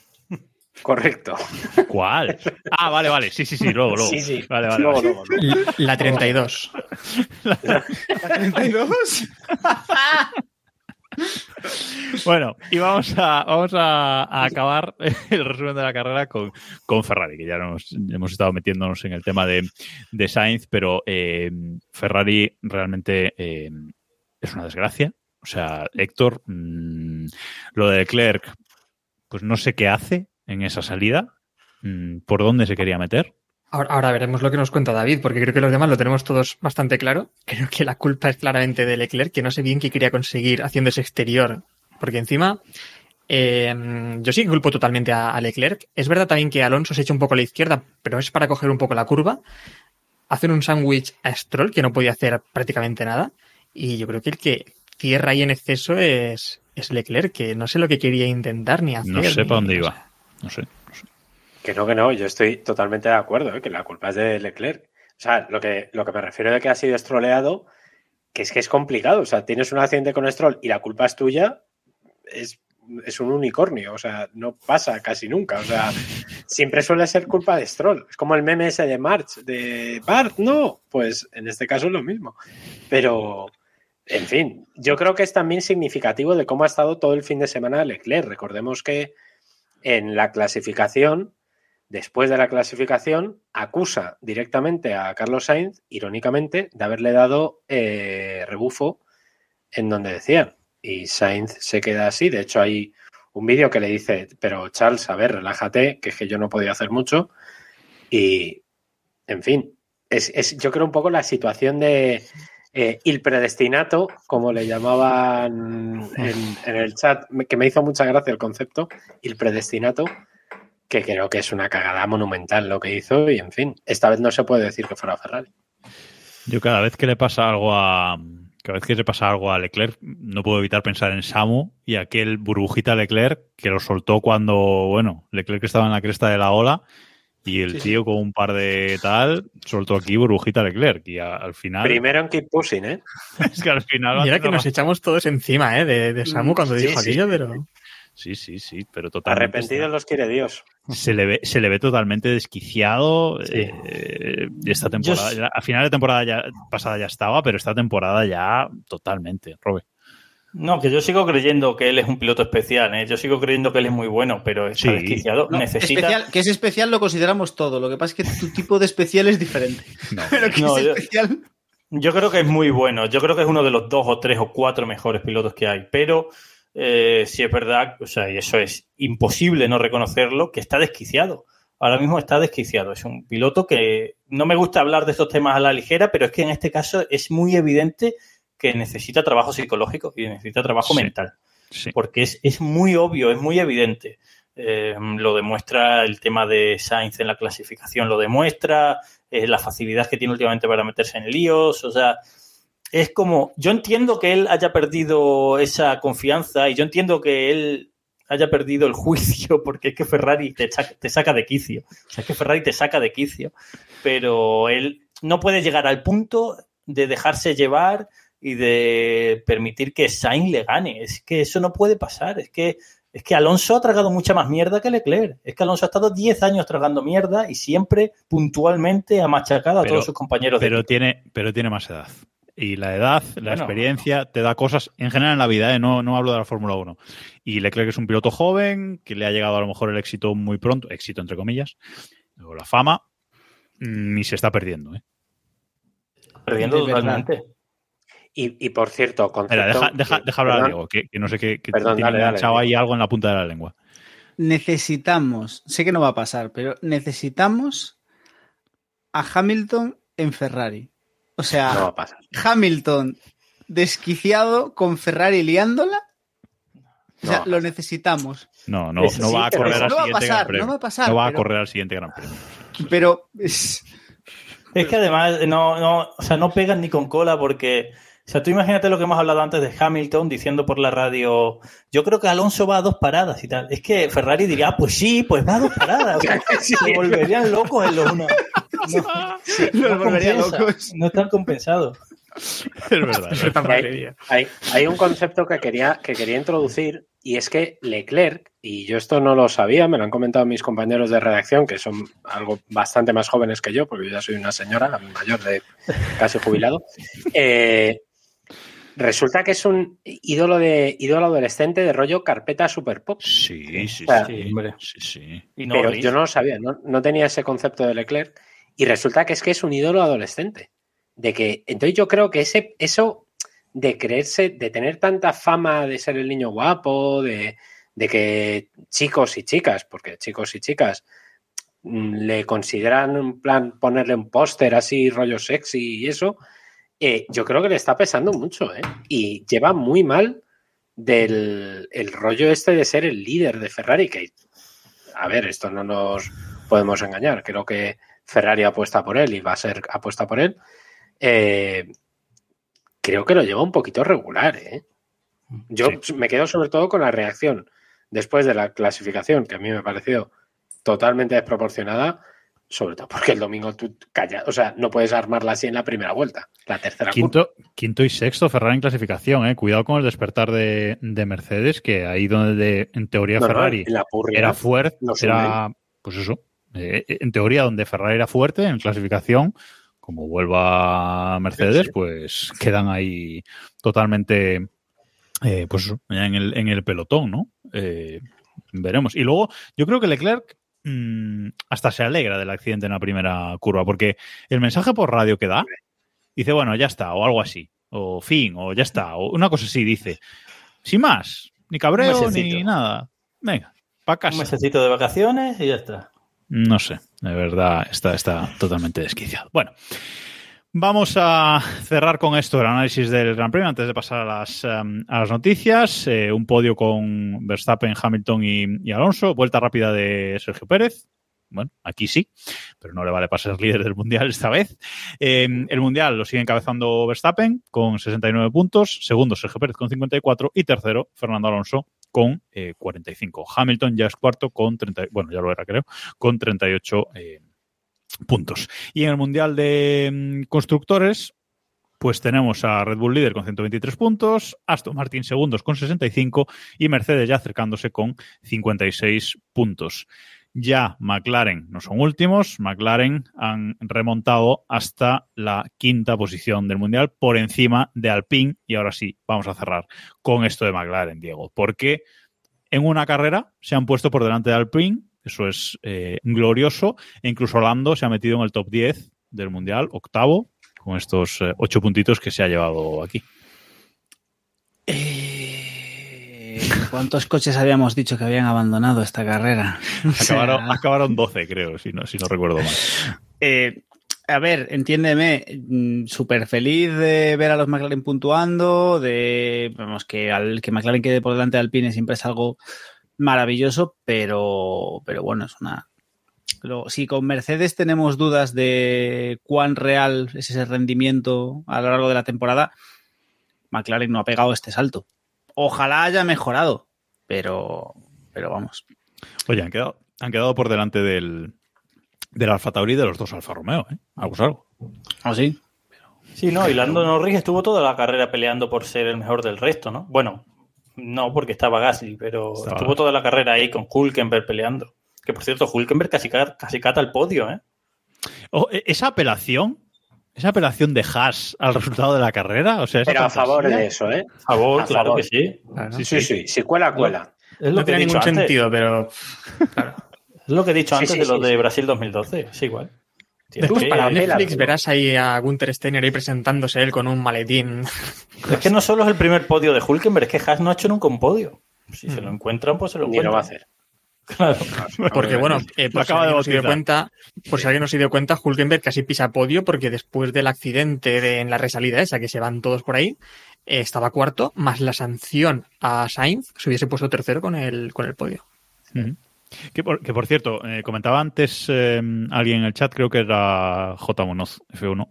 Correcto. ¿Cuál? Ah, vale, vale. Sí, sí, sí, luego, luego. Sí, sí. Vale, vale, luego, vale. luego, luego. La treinta y dos. ¿La, ¿La treinta y dos? Bueno, y vamos a, vamos a, a acabar el resumen de la carrera con, con Ferrari, que ya nos, hemos estado metiéndonos en el tema de, de Sainz, pero eh, Ferrari realmente eh, es una desgracia. O sea, Héctor, mmm, lo de Leclerc, pues no sé qué hace en esa salida, mmm, por dónde se quería meter. Ahora, ahora veremos lo que nos cuenta David, porque creo que los demás lo tenemos todos bastante claro. Creo que la culpa es claramente de Leclerc, que no sé bien qué quería conseguir haciendo ese exterior. Porque encima, eh, yo sí que culpo totalmente a, a Leclerc. Es verdad también que Alonso se echa un poco a la izquierda, pero es para coger un poco la curva. Hacen un sándwich a Stroll, que no podía hacer prácticamente nada. Y yo creo que el que cierra ahí en exceso es, es Leclerc, que no sé lo que quería intentar ni hacer. No sé ni, para dónde no iba. sé. No sé. No sé. Que no, que no, yo estoy totalmente de acuerdo, ¿eh? Que la culpa es de Leclerc. O sea, lo que, lo que me refiero de que ha sido estroleado, que es que es complicado. O sea, tienes un accidente con Stroll y la culpa es tuya, es, es un unicornio. O sea, no pasa casi nunca. O sea, siempre suele ser culpa de Stroll. Es como el meme ese de March, de Bart, no. Pues en este caso es lo mismo. Pero, en fin, yo creo que es también significativo de cómo ha estado todo el fin de semana Leclerc. Recordemos que en la clasificación, después de la clasificación, acusa directamente a Carlos Sainz, irónicamente, de haberle dado eh, rebufo en donde decían. Y Sainz se queda así. De hecho, hay un vídeo que le dice, pero Charles, a ver, relájate, que es que yo no podía hacer mucho. Y, en fin, es, es yo creo un poco la situación de eh, il predestinato, como le llamaban en, en el chat, que me hizo mucha gracia el concepto, il predestinato, que creo que es una cagada monumental lo que hizo y, en fin, esta vez no se puede decir que fuera Ferrari. Yo cada vez que le pasa algo a cada vez que le pasa algo a Leclerc no puedo evitar pensar en Samu y aquel burbujita Leclerc que lo soltó cuando, bueno, Leclerc estaba en la cresta de la ola y el sí, tío sí. con un par de tal soltó aquí burbujita Leclerc y a, al final... Primero en Keep Pushing, ¿eh? Es que al final... Mira que nos echamos todos encima, ¿eh? De, de Samu cuando sí, dijo sí, aquello, sí. pero... Sí, sí, sí, pero totalmente... Arrepentidos los quiere Dios. Se le ve, se le ve totalmente desquiciado. Sí. Eh, esta temporada, Yo... ya, a final de temporada ya, pasada ya estaba, pero esta temporada ya totalmente, Robe. No, que yo sigo creyendo que él es un piloto especial, ¿eh? Yo sigo creyendo que él es muy bueno, pero está sí. desquiciado. No, Necesita... especial, que es especial lo consideramos todo. Lo que pasa es que tu tipo de especial es diferente. No, pero que no, es yo... especial... Yo creo que es muy bueno. Yo creo que es uno de los dos o tres o cuatro mejores pilotos que hay, pero... Eh, si es verdad, o sea, y eso es imposible no reconocerlo, que está desquiciado. Ahora mismo está desquiciado. Es un piloto que no me gusta hablar de estos temas a la ligera, pero es que en este caso es muy evidente que necesita trabajo psicológico y necesita trabajo sí, mental. Sí. Porque es, es muy obvio, es muy evidente. Eh, lo demuestra el tema de Sainz en la clasificación, lo demuestra eh, la facilidad que tiene últimamente para meterse en líos, o sea... Es como, yo entiendo que él haya perdido esa confianza y yo entiendo que él haya perdido el juicio porque es que Ferrari te, te saca de quicio. O sea, es que Ferrari te saca de quicio. Pero él no puede llegar al punto de dejarse llevar y de permitir que Sainz le gane. Es que eso no puede pasar. Es que, es que Alonso ha tragado mucha más mierda que Leclerc. Es que Alonso ha estado diez años tragando mierda y siempre puntualmente ha machacado a pero, todos sus compañeros pero de equipo. Tiene, pero tiene más edad. Y la edad, la bueno, experiencia, te da cosas, en general en la vida, ¿eh? no, no hablo de la Fórmula uno. Y Leclerc es un piloto joven, que le ha llegado a lo mejor el éxito muy pronto, éxito entre comillas, o la fama, ni se está perdiendo. ¿eh? Perdiendo totalmente. Y, y por cierto, concepto... Espera, deja, deja, deja hablar a Diego, que, que no sé qué, que perdón, tiene dale, enganchado dale, ahí algo en la punta de la lengua. Necesitamos, sé que no va a pasar, pero necesitamos a Hamilton en Ferrari. O sea, no Hamilton desquiciado con Ferrari liándola. O sea, no. lo necesitamos. No, no, no va a correr al siguiente Gran Premio. No va a pasar. No va a pero, correr al siguiente Gran Premio. Pero es... es que además no, no, o sea, no pegan ni con cola porque, o sea, tú imagínate lo que hemos hablado antes de Hamilton diciendo por la radio, yo creo que Alonso va a dos paradas y tal. Es que Ferrari diría, ah, pues sí, pues va a dos paradas. O sea, se volverían locos en los unos. No, sí, no, no, locos. No están compensados. Es verdad. Es hay, hay, hay un concepto que quería, que quería introducir y es que Leclerc, y yo esto no lo sabía, me lo han comentado mis compañeros de redacción, que son algo bastante más jóvenes que yo, porque yo ya soy una señora mayor de casi jubilado, eh, resulta que es un ídolo de ídolo adolescente de rollo carpeta super pop. Sí, sí, o sea, sí, hombre. sí, sí. Y no pero yo no lo sabía, no, no tenía ese concepto de Leclerc. Y resulta que es que es un ídolo adolescente. De que, entonces yo creo que ese, eso de creerse, de tener tanta fama de ser el niño guapo, de, de que chicos y chicas, porque chicos y chicas le consideran en plan ponerle un póster así, rollo sexy y eso, eh, yo creo que le está pesando mucho, ¿eh? Y lleva muy mal del el rollo este de ser el líder de Ferrari, que, a ver, esto no nos podemos engañar, creo que Ferrari apuesta por él y va a ser apuesta por él. Eh, creo que lo lleva un poquito regular, ¿eh? Yo sí. me quedo sobre todo con la reacción después de la clasificación, que a mí me pareció totalmente desproporcionada, sobre todo porque el domingo tú callas, o sea, no puedes armarla así en la primera vuelta, la tercera quinto, quinto y sexto Ferrari en clasificación, ¿eh? Cuidado con el despertar de, de Mercedes, que ahí donde en teoría no, Ferrari no, purria, era fuerte, era, pues eso, eh, en teoría donde Ferrari era fuerte en clasificación, como vuelva Mercedes, sí, sí. pues quedan ahí totalmente eh, pues en el, en el pelotón, ¿no? Eh, veremos. Y luego, yo creo que Leclerc mmm, hasta se alegra del accidente en la primera curva, porque el mensaje por radio que da, dice, bueno, ya está, o algo así, o fin, o ya está, o una cosa así, dice, sin más, ni cabreo, ni nada. Venga, para casa. Un mesecito de vacaciones y ya está. No sé, de verdad está, está totalmente desquiciado. Bueno, vamos a cerrar con esto el análisis del Gran Premio antes de pasar a las, um, a las noticias. Eh, un podio con Verstappen, Hamilton y, y Alonso. Vuelta rápida de Sergio Pérez. Bueno, aquí sí, pero no le vale para ser líder del Mundial esta vez. Eh, el Mundial lo sigue encabezando Verstappen con sesenta y nueve puntos, segundo Sergio Pérez con cincuenta y cuatro y tercero Fernando Alonso con eh, cuarenta y cinco. Hamilton ya es cuarto con treinta, bueno, ya lo era creo, con treinta y ocho eh, puntos. Y en el Mundial de mm, Constructores, pues tenemos a Red Bull líder con ciento veintitrés puntos, Aston Martin segundos con sesenta y cinco y Mercedes ya acercándose con cincuenta y seis puntos. Ya McLaren no son últimos, McLaren han remontado hasta la quinta posición del Mundial por encima de Alpine y ahora sí, vamos a cerrar con esto de McLaren, Diego, porque en una carrera se han puesto por delante de Alpine, eso es eh, glorioso, e incluso Lando se ha metido en el top diez del Mundial, octavo, con estos eh, ocho puntitos que se ha llevado aquí. Eh... ¿Cuántos coches habíamos dicho que habían abandonado esta carrera? Acabaron, o sea, acabaron doce, creo, si no, si no recuerdo mal. Eh, a ver, entiéndeme, súper feliz de ver a los McLaren puntuando, de vamos, que, al, que McLaren quede por delante de Alpine siempre es algo maravilloso, pero, pero bueno, es una... Pero si con Mercedes tenemos dudas de cuán real es ese rendimiento a lo largo de la temporada, McLaren no ha pegado este salto. Ojalá haya mejorado, pero, pero vamos. Oye, han quedado, han quedado por delante del, del Alfa Tauri y de los dos Alfa Romeo, ¿eh? Algo es algo. ¿Ah, sí? Sí, no, y Lando Norris estuvo toda la carrera peleando por ser el mejor del resto, ¿no? Bueno, no porque estaba Gasly, pero estaba... estuvo toda la carrera ahí con Hülkenberg peleando. Que por cierto, Hülkenberg casi, casi cata el podio, ¿eh? Oh, esa apelación... Esa apelación de Haas al resultado de la carrera, o sea, esa pero a fantasía. favor de eso, ¿eh? A favor, a claro favor. que sí. Claro. Sí, sí, sí, si cuela, cuela. Es lo no que tiene ningún antes. Sentido, pero... Claro. Es lo que he dicho antes sí, sí, de lo sí, de sí. Brasil dos mil doce, es igual. Después para Netflix verás ahí a Gunther Steiner ahí presentándose él con un maletín. Es que no solo es el primer podio de Hülkenberg, es que Haas no ha hecho nunca un podio. Si mm. se lo encuentran, pues se lo Ni encuentran. lo va a hacer. Claro. Porque bueno, eh, por, si de no se dio cuenta, por si alguien no se dio cuenta, Hülkenberg casi pisa podio porque después del accidente de, en la resalida esa, que se van todos por ahí, eh, estaba cuarto, más la sanción a Sainz, se hubiese puesto tercero con el, con el podio. Uh-huh. Que, por, que por cierto, eh, comentaba antes eh, alguien en el chat, creo que era J. Munoz, F uno,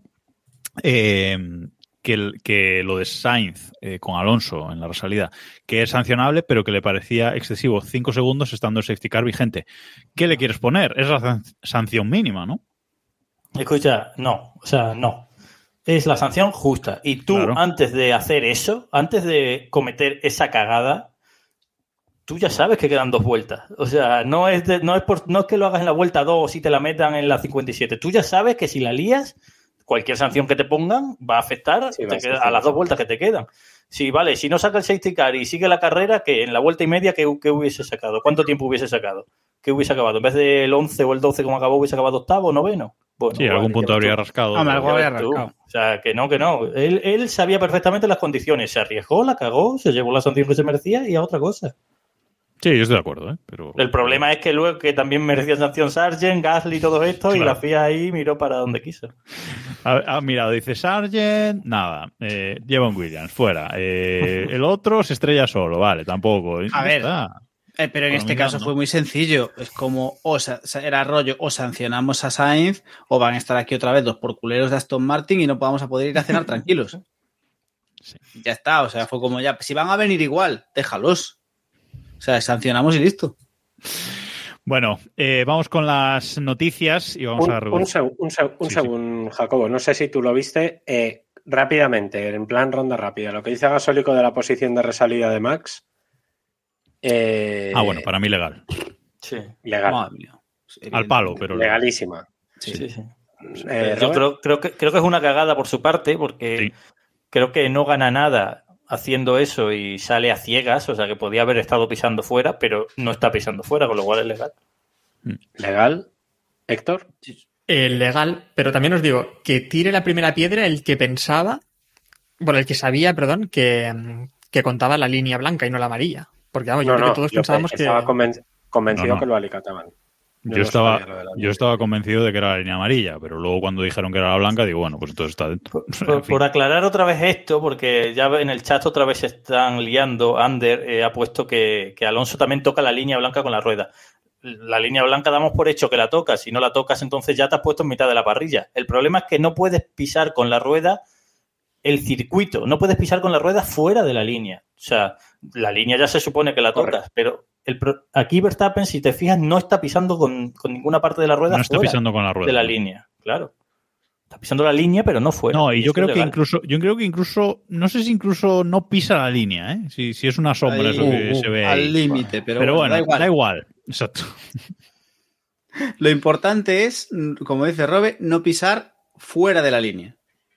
eh, que, el, que lo de Sainz eh, con Alonso en la resalida, que es sancionable, pero que le parecía excesivo cinco segundos estando el safety car vigente. ¿Qué le quieres poner? Es la san- sanción mínima, ¿no? Escucha, no, o sea, no. Es la sanción justa. Y tú, claro. antes de hacer eso, antes de cometer esa cagada, tú ya sabes que quedan dos vueltas. O sea, no es, de, no es, por, no es que lo hagas en la vuelta dos y te la metan en la cincuenta y siete. Tú ya sabes que si la lías, cualquier sanción que te pongan va a afectar sí, te queda, a las dos vueltas que te quedan. Sí, vale, si no saca el safety car y sigue la carrera, que en la vuelta y media, ¿qué, qué hubiese sacado? ¿Cuánto tiempo hubiese sacado? ¿Qué hubiese acabado? En vez del once o el doce como acabó, hubiese acabado octavo o noveno. Bueno, sí, vale, algún punto habría rascado. Ah, algo habría rascado. O sea, que no, que no. Él, él sabía perfectamente las condiciones. Se arriesgó, la cagó, se llevó la sanción que se merecía y a otra cosa. Sí, yo estoy de acuerdo, ¿eh? Pero... El problema es que luego que también merecía sanción Sargent, Gasly y todo esto, claro. Y la F I A ahí miró para donde quiso. Ha, ha mirado, dice Sargent, nada, eh, Jevon Williams, fuera. Eh, el otro se estrella solo, vale, tampoco. A ver, eh, pero en este caso no. Fue muy sencillo. Es como, o sea, era rollo, o sancionamos a Sainz, o van a estar aquí otra vez los porculeros de Aston Martin y no vamos a poder ir a cenar tranquilos. Sí. Ya está, o sea, fue como ya, si van a venir igual, déjalos. O sea, sancionamos y listo. Bueno, eh, vamos con las noticias y vamos un, a... Un, seg- un, seg- un sí, segundo, sí. Jacobo. No sé si tú lo viste. Eh, rápidamente, en plan ronda rápida. Lo que dice Gasólico de la posición de resalida de Max. Eh, ah, bueno, para mí legal. Sí. Legal. Oh, Al palo, pero... Legalísima. Sí, sí. sí. Eh, Yo creo, creo, que, creo que es una cagada por su parte porque sí. Creo que no gana nada haciendo eso y sale a ciegas, o sea que podía haber estado pisando fuera, pero no está pisando fuera, con lo cual es legal. ¿Legal, Héctor? Eh, legal, pero también os digo, que tire la primera piedra el que pensaba, bueno, el que sabía, perdón, que, que contaba la línea blanca y no la amarilla. Porque vamos, yo no, creo no, que todos yo pensábamos que... Estaba conven- convencido no, no. que lo alicataban. Yo, yo no estaba sabía lo de la yo estaba convencido de que era la línea amarilla, pero luego cuando dijeron que era la blanca, digo, bueno, pues entonces está dentro. Por, por, por aclarar otra vez esto, porque ya en el chat otra vez se están liando, Ander eh, ha puesto que, que Alonso también toca la línea blanca con la rueda. La línea blanca damos por hecho que la tocas, si no la tocas entonces ya te has puesto en mitad de la parrilla. El problema es que no puedes pisar con la rueda el circuito, no puedes pisar con la rueda fuera de la línea. O sea, la línea ya se supone que la tocas, correcto, pero el pro... aquí Verstappen, si te fijas, no está pisando con, con ninguna parte de la rueda. No está fuera pisando con la rueda de la línea, claro. Está pisando la línea, pero no fuera. No, y, y yo creo es que incluso, yo creo que incluso, no sé si incluso no pisa la línea, ¿eh? Si, si es una sombra ahí, eso que uh, se ve al ahí. límite, pero, pero bueno, bueno, da igual. Da igual. Exacto. Lo importante es, como dice Robe, no pisar fuera de la línea.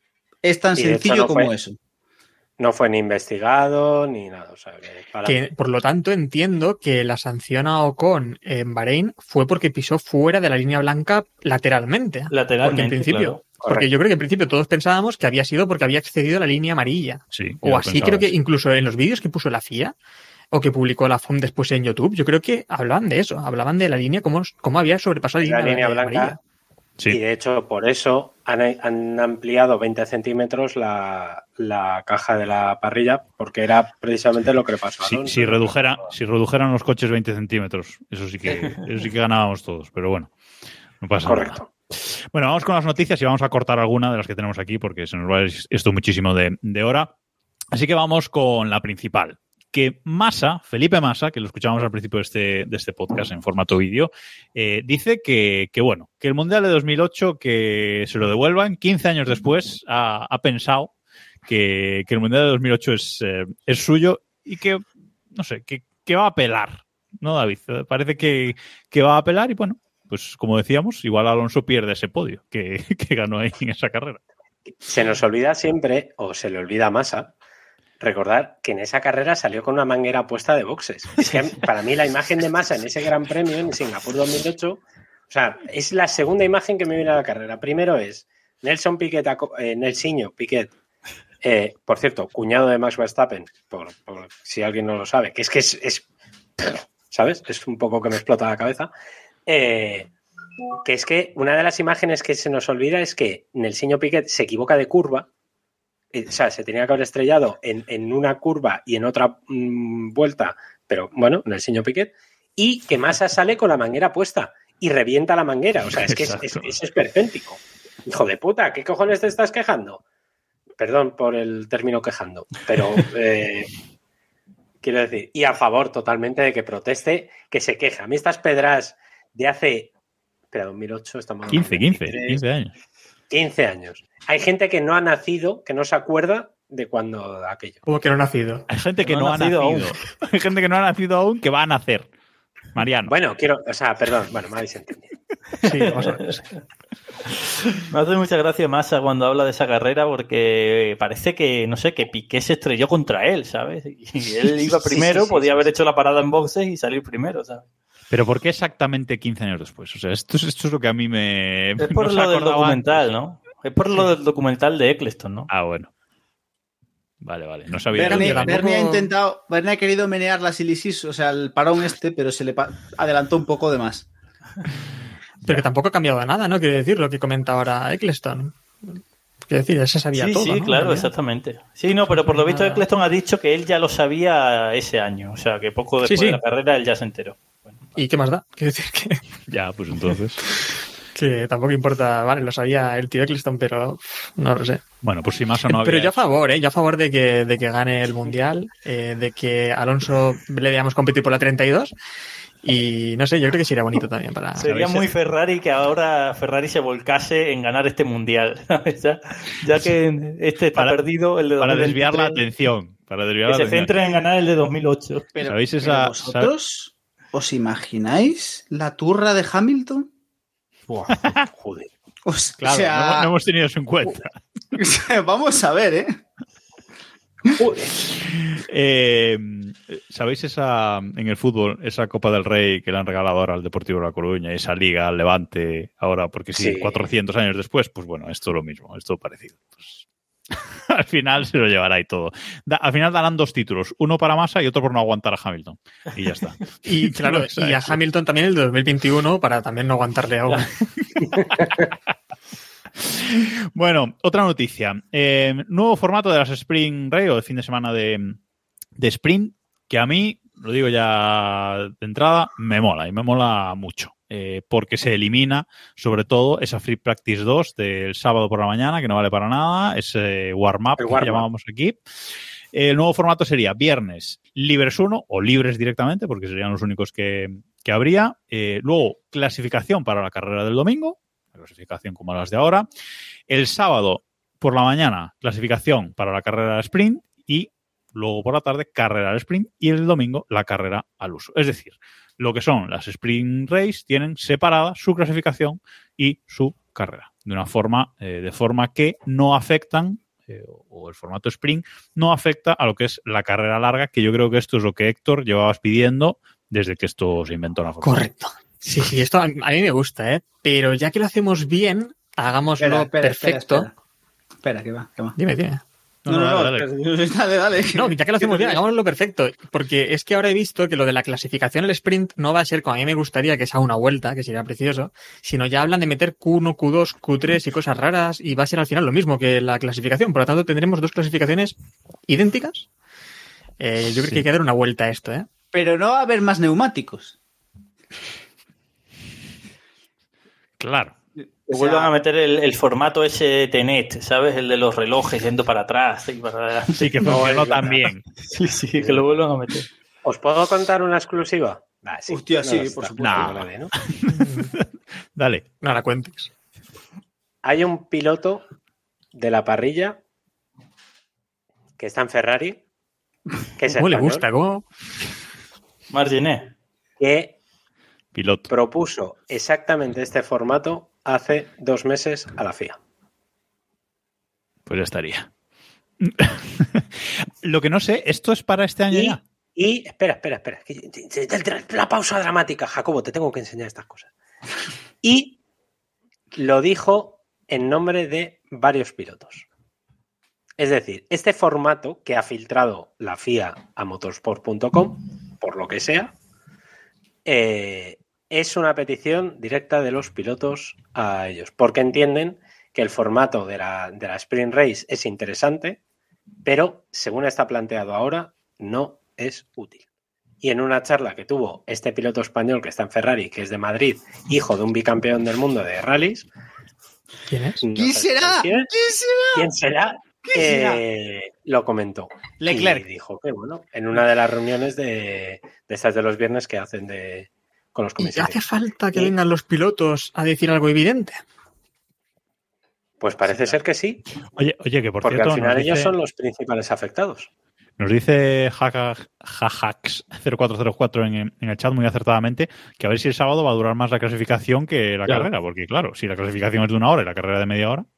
Es tan y sencillo no como fue, eso. No fue ni investigado ni nada. O sea, que, para... que por lo tanto entiendo que la sanción a Ocon en Bahrein fue porque pisó fuera de la línea blanca lateralmente. Lateralmente, porque en principio, claro. Porque yo creo que en principio todos pensábamos que había sido porque había excedido la línea amarilla. Sí, o así creo que incluso en los vídeos que puso la F I A o que publicó la F O M después en YouTube, yo creo que hablaban de eso, hablaban de la línea, cómo, cómo había sobrepasado la, la línea, línea blanca. Amarilla. Sí. Y de hecho, por eso han, han ampliado veinte centímetros la, la caja de la parrilla, porque era precisamente lo que le pasó a Alonso. Si, si, redujera, si redujeran los coches veinte centímetros, eso sí que eso sí que ganábamos todos, pero bueno, no pasa Correcto. nada. Bueno, vamos con las noticias y vamos a cortar alguna de las que tenemos aquí porque se nos va esto muchísimo de, de hora. Así que vamos con la principal. Que Massa, Felipe Massa, que lo escuchábamos al principio de este, de este podcast en formato vídeo, eh, dice que, que, bueno, que el Mundial de dos mil ocho que se lo devuelvan. quince años después ha, ha pensado que, que el Mundial de dos mil ocho es, eh, es suyo y que, no sé, que, que va a apelar, ¿no, David? Parece que, que va a apelar y, bueno, pues como decíamos, igual Alonso pierde ese podio que, que ganó ahí en esa carrera. Se nos olvida siempre, o se le olvida a Massa, recordar que en esa carrera salió con una manguera puesta de boxes. Es que para mí la imagen de Massa en ese Gran Premio en Singapur dos mil ocho, o sea, es la segunda imagen que me viene a la carrera. Primero es Nelson Piquet, eh, Nelsinho Piquet, eh, por cierto, cuñado de Max Verstappen, por, por si alguien no lo sabe, que es que es, es ¿sabes? Es un poco que me explota la cabeza. Eh, que es que una de las imágenes que se nos olvida es que Nelsinho Piquet se equivoca de curva. O sea, se tenía que haber estrellado en, en una curva y en otra mmm, vuelta, pero bueno, en el Nelsinho Piquet, y que Massa sale con la manguera puesta y revienta la manguera. O sea, es que es, es, es esperpéntico. Hijo de puta, ¿qué cojones te estás quejando? Perdón por el término quejando, pero eh, quiero decir, y a favor totalmente de que proteste, que se queja. A mí estas pedras de hace, espera, dos mil ocho, estamos... quince, quince, quince años. quince años. Hay gente que no ha nacido, que no se acuerda de cuando aquello. ¿Cómo que no ha nacido? Hay gente que, que no, no ha nacido, nacido aún. Hay gente que no ha nacido aún que va a nacer. Mariano. Bueno, quiero, o sea, perdón, bueno, me habéis entendido. Sí, vamos a ver. Me hace mucha gracia Massa cuando habla de esa carrera porque parece que, no sé, que Piqué se estrelló contra él, ¿sabes? Y él iba primero, sí, sí, sí, podía sí, haber sí. hecho la parada en boxes y salir primero, ¿sabes? Pero ¿por qué exactamente quince años después? O sea, esto es, esto es lo que a mí me... Es por no lo del documental, antes. ¿no? Es por lo del documental de Eccleston, ¿no? Ah, bueno. Vale, vale. No sabía. Bernie, tampoco... Bernie ha intentado, Bernie ha querido menear la silicis, o sea, el parón este, pero se le pa- adelantó un poco de más. Pero que tampoco ha cambiado nada, ¿no? Quiero decir, lo que comenta ahora Eccleston. Quiero decir, ese sabía sí, todo, Sí, ¿no? sí, claro, ¿no? exactamente. Sí, no, pero por lo visto Eccleston ha dicho que él ya lo sabía ese año. O sea, que poco después sí, sí. de la carrera él ya se enteró. Bueno, ¿y qué más da? Quiero decir que... Ya, pues entonces... que tampoco importa, vale, lo sabía el tío Eccleston, pero no lo sé. Bueno, pues si más o no Pero yo a hecho. favor, ¿eh? Yo a favor de que, de que gane el Mundial, eh, de que Alonso le veamos competir por la treinta y dos y no sé, yo creo que sería bonito también para... Sería muy Ferrari que ahora Ferrari se volcase en ganar este Mundial, ya, ya que este está para, perdido, el de para desviar la atención. Para desviar que la se atención. centren en ganar el de dos mil ocho. Pero, ¿Sabéis esa, pero vosotros ¿sabes? ¿Os imagináis la turra de Hamilton? Wow, joder. O claro, sea, no, no hemos tenido eso en cuenta. Vamos a ver, ¿eh? eh ¿Sabéis esa en el fútbol, esa Copa del Rey que le han regalado ahora al Deportivo de La Coruña, esa liga al Levante ahora, porque sí, sí. cuatrocientos años después, pues bueno, esto es lo mismo, esto es parecido. Pues al final se lo llevará y todo. Da, al final darán dos títulos, uno para Massa y otro por no aguantar a Hamilton. Y ya está. Y claro, o sea, y a Hamilton también el de dos mil veintiuno para también no aguantarle a uno. Bueno, otra noticia. Eh, nuevo formato de las Spring Race o de fin de semana de, de Sprint, que a mí, lo digo ya de entrada, me mola y me mola mucho. Eh, porque se elimina, sobre todo, esa Free Practice dos del sábado por la mañana, que no vale para nada, ese warm-up warm que llamábamos aquí. El nuevo formato sería viernes libres uno o libres directamente, porque serían los únicos que, que habría. Eh, luego, clasificación para la carrera del domingo, clasificación como las de ahora. El sábado por la mañana, clasificación para la carrera de sprint y luego por la tarde, carrera al sprint y el domingo la carrera al uso. Es decir, lo que son las sprint race tienen separada su clasificación y su carrera de una forma, eh, de forma que no afectan eh, o el formato sprint no afecta a lo que es la carrera larga, que yo creo que esto es lo que Héctor llevabas pidiendo desde que esto se inventó en la Fórmula. Correcto. Sí, sí, esto a mí me gusta, ¿eh? Pero ya que lo hacemos bien, hagámoslo espera, espera, perfecto. Espera, espera. espera, que va, que va. Dime, dime. No, no, no, dale, dale. dale, dale. No, ya que lo hacemos bien, hagámoslo perfecto. Porque es que ahora he visto que lo de la clasificación al sprint no va a ser como a mí me gustaría que sea una vuelta, que sería precioso, sino ya hablan de meter Q uno, Q dos, Q tres y cosas raras y va a ser al final lo mismo que la clasificación. Por lo tanto, tendremos dos clasificaciones idénticas. Eh, yo creo sí. que hay que dar una vuelta a esto, ¿eh? Pero no va a haber más neumáticos. Claro. O vuelvan a meter el, el formato ese Tenet, ¿sabes? El de los relojes yendo para atrás y para adelante. Sí, que funcionó tan bien. Sí, sí, que lo vuelvan a meter. ¿Os puedo contar una exclusiva? Nah, sí. Hostia, no, sí, por supuesto. No. No la ¿no? Dale. No la cuentes. Hay un piloto de la parrilla que está en Ferrari, que es ¿Cómo español, le gusta? ¿Cómo? Marginé. Que piloto propuso exactamente este formato hace dos meses a la F I A. Pues ya estaría. Lo que no sé, ¿esto es para este año y, ya? Y, espera, espera, espera. La pausa dramática, Jacobo, te tengo que enseñar estas cosas. Y lo dijo en nombre de varios pilotos. Es decir, este formato que ha filtrado la F I A a motorsport punto com, por lo que sea, eh, es una petición directa de los pilotos a ellos, porque entienden que el formato de la, de la Sprint Race es interesante, pero según está planteado ahora, no es útil. Y en una charla que tuvo este piloto español que está en Ferrari, que es de Madrid, hijo de un bicampeón del mundo de rallies. ¿Quién es? No ¿Quién, sé será? quién, ¿Quién será? ¿Quién será? ¿Quién será? Eh, lo comentó. Leclerc. Y dijo que, bueno, en una de las reuniones de, de estas de los viernes que hacen de con los comisarios. ¿Y hace falta que vengan los pilotos a decir algo evidente? Pues parece ser que sí. Oye, oye que por porque cierto, al final dice, ellos son los principales afectados. Nos dice Jajax cero cuatro cero cuatro en, en el chat muy acertadamente que a ver si el sábado va a durar más la clasificación que la claro. carrera, porque claro, si la clasificación es de una hora y la carrera de media hora.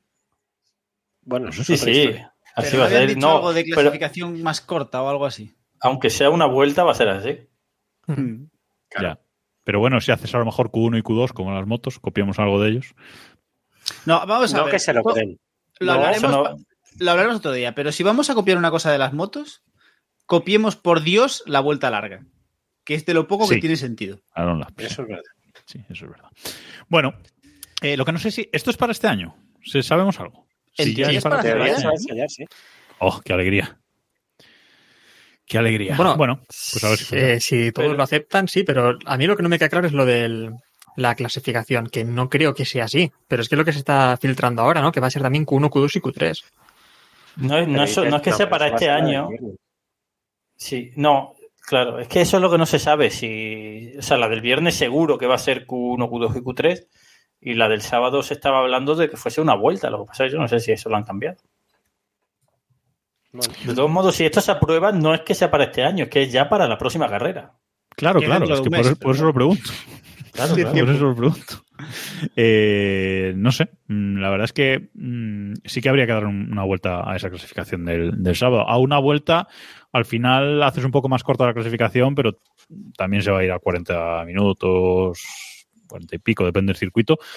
Bueno, eso sí, es sí. historia. Así pero va a habían ser. dicho No, algo de clasificación pero, más corta o algo así. Aunque sea una vuelta, va a ser así. Hmm. Claro. Ya. Pero bueno, si haces a lo mejor Q uno y Q dos, como en las motos, copiamos algo de ellos. No, vamos a no ver. que se lo creen. Lo, no, hablaremos, no... lo hablaremos otro día, pero si vamos a copiar una cosa de las motos, copiemos por Dios la vuelta larga, que es de lo poco sí. que tiene sentido. Eso es verdad. Sí, eso es verdad. Bueno, eh, lo que no sé si... ¿Esto es para este año? ¿Sabemos algo? Sí, ya es para este año. Enseñar, sí. Oh, qué alegría. Qué alegría. Bueno, bueno pues a ver si... Eh, si todos pero... lo aceptan, sí, pero a mí lo que no me queda claro es lo de la clasificación, que no creo que sea así, pero es que es lo que se está filtrando ahora, ¿no? Que va a ser también Q uno, Q dos y Q tres. No, no, no, eso, no es que no, sea para este año. Sí, no, claro, es que eso es lo que no se sabe. Si, o sea, la del viernes seguro que va a ser Q uno, Q dos y Q tres, y la del sábado se estaba hablando de que fuese una vuelta. Lo que pasa es que yo no sé si eso lo han cambiado. Bueno, de todos modos, si esto se aprueba, no es que sea para este año, es que es ya para la próxima carrera. Claro, claro, es que mes, por, por eso lo pregunto. Claro, claro, por eso lo pregunto. Eh, no sé, la verdad es que mmm, sí que habría que dar una vuelta a esa clasificación del, del sábado. A una vuelta, al final haces un poco más corta la clasificación, pero también se va a ir a cuarenta minutos, cuarenta y pico, depende del circuito.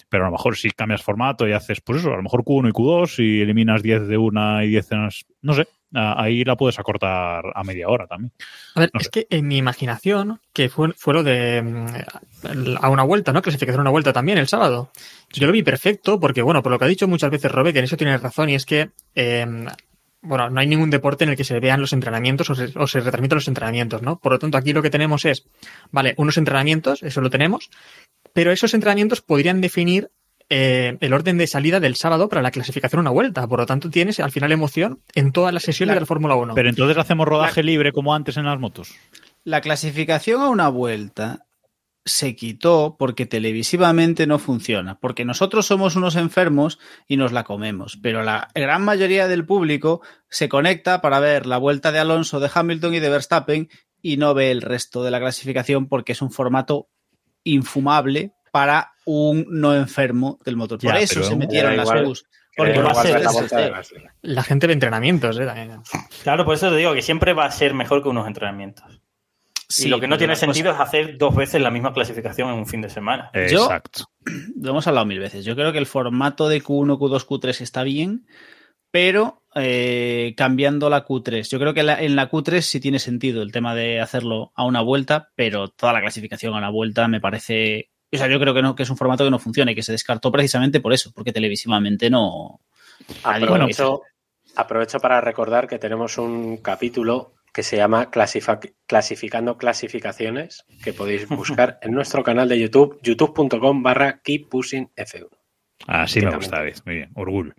Pero a lo mejor si cambias formato y haces, pues eso, a lo mejor Q uno y Q dos y eliminas diez de una y diez de unas, no sé, ahí la puedes acortar a media hora también. A ver, no es sé. que en mi imaginación, que fue, fue lo de mm, a una vuelta, ¿no? Clasificación a una vuelta también el sábado. Yo lo vi perfecto porque, bueno, por lo que ha dicho muchas veces Robe, que en eso tiene razón, y es que eh, bueno, no hay ningún deporte en el que se vean los entrenamientos o se, o se retransmitan los entrenamientos, ¿no? Por lo tanto, aquí lo que tenemos es, vale, unos entrenamientos, eso lo tenemos, pero esos entrenamientos podrían definir eh, el orden de salida del sábado para la clasificación a una vuelta. Por lo tanto, tienes al final emoción en todas las sesiones Claro. de la Fórmula uno. Pero entonces hacemos rodaje libre como antes en las motos. La clasificación a una vuelta se quitó porque televisivamente no funciona, porque nosotros somos unos enfermos y nos la comemos, pero la gran mayoría del público se conecta para ver la vuelta de Alonso, de Hamilton y de Verstappen y no ve el resto de la clasificación porque es un formato infumable para un no enfermo del motor. Por Ya, eso pero se metieron las igual- bus. Porque pero va a igual ser ver la vuelta de desastre. Gasly. La gente ve entrenamientos, ¿eh? También. Claro, por eso te digo que siempre va a ser mejor que unos entrenamientos. Sí, y lo que no pero tiene la cosa- sentido es hacer dos veces la misma clasificación en un fin de semana. Yo- Exacto. Lo hemos hablado mil veces. Yo creo que el formato de Q uno, Q dos, Q tres está bien, pero eh, cambiando la Q tres. Yo creo que la- en la Q tres sí tiene sentido el tema de hacerlo a una vuelta, pero toda la clasificación a una vuelta me parece... O sea, yo creo que no, que es un formato que no funciona y que se descartó precisamente por eso, porque televisivamente no... Nadie lo dice. Aprovecho, aprovecho para recordar que tenemos un capítulo que se llama Clasifa- Clasificando Clasificaciones, que podéis buscar en nuestro canal de YouTube, youtube.com barra Keep Pushing F uno. Así me gusta, David. Muy bien, orgullo.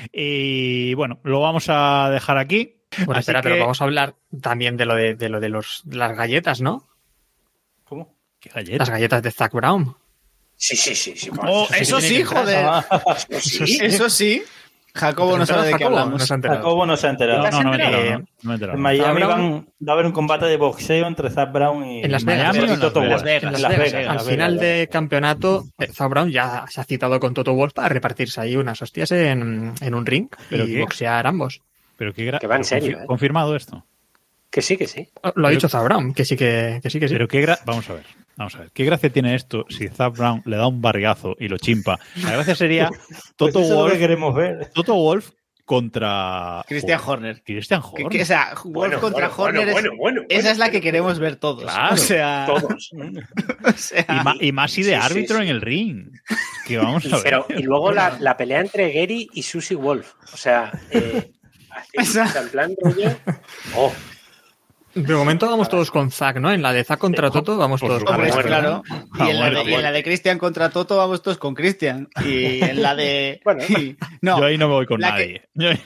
Y bueno, lo vamos a dejar aquí. Bueno, Así espera, que- pero vamos a hablar también de lo de, de lo de los las galletas, ¿no? ¿Cómo? ¿Qué galleta? Las galletas de Zach Brown. Sí, sí, sí. sí, Oh, sí eso tiene sí, que entrar. joder. sí. Eso sí. Jacobo no sabe de qué Jacobo, hablamos. no se ha enterado. Jacobo no se ha enterado. No, no, no me he enterado. Eh, no, no me he enterado. En Miami Zach Brown- van, va a haber un combate de boxeo entre Zach Brown y En Las y Vegas. Miami ¿o y en Toto Las Wolff. Vegas? En Las Las Vegas, Vegas. Al Las final Vegas. de campeonato, eh, Zach Brown ya se ha citado con Toto Wolff para repartirse ahí unas hostias en, en un ring ¿Pero y qué? boxear ambos. Pero qué gra- Que va en pero serio, confi- ¿eh? Confirmado esto. Que sí, que sí. Lo ha Pero- dicho Zach Brown, que sí que, que sí que sí. Pero qué gra- Vamos a ver. Vamos a ver. ¿Qué gracia tiene esto si Zach Brown le da un barrigazo y lo chimpa? La gracia sería Toto Pues eso es lo Wolff. que queremos ver. Toto Wolff contra Christian Joder, Horner. Christian Que- Horner. que, o sea, Wolf Bueno, contra bueno, Horner es- bueno, bueno, esa bueno, es la que bueno, queremos ver todos. Claro, o sea, Todos. o sea, Y, ma- y más y de Sí, sí, árbitro sí. en el ring. Que vamos Y, a ver. pero, y luego la, la pelea entre Gary y Susie Wolf. O sea, eh, así, o sea, en plan rollo. Oh, De momento vamos todos con Zach, ¿no? En la de Zach contra Toto vamos por todos con hombre, supuesto. Zach. claro. Ah, Y en, la de, bueno, y en la de Christian contra Toto vamos todos con Christian. Y en la de... Bueno. y- no, Yo ahí no me voy con la nadie. que- Yo-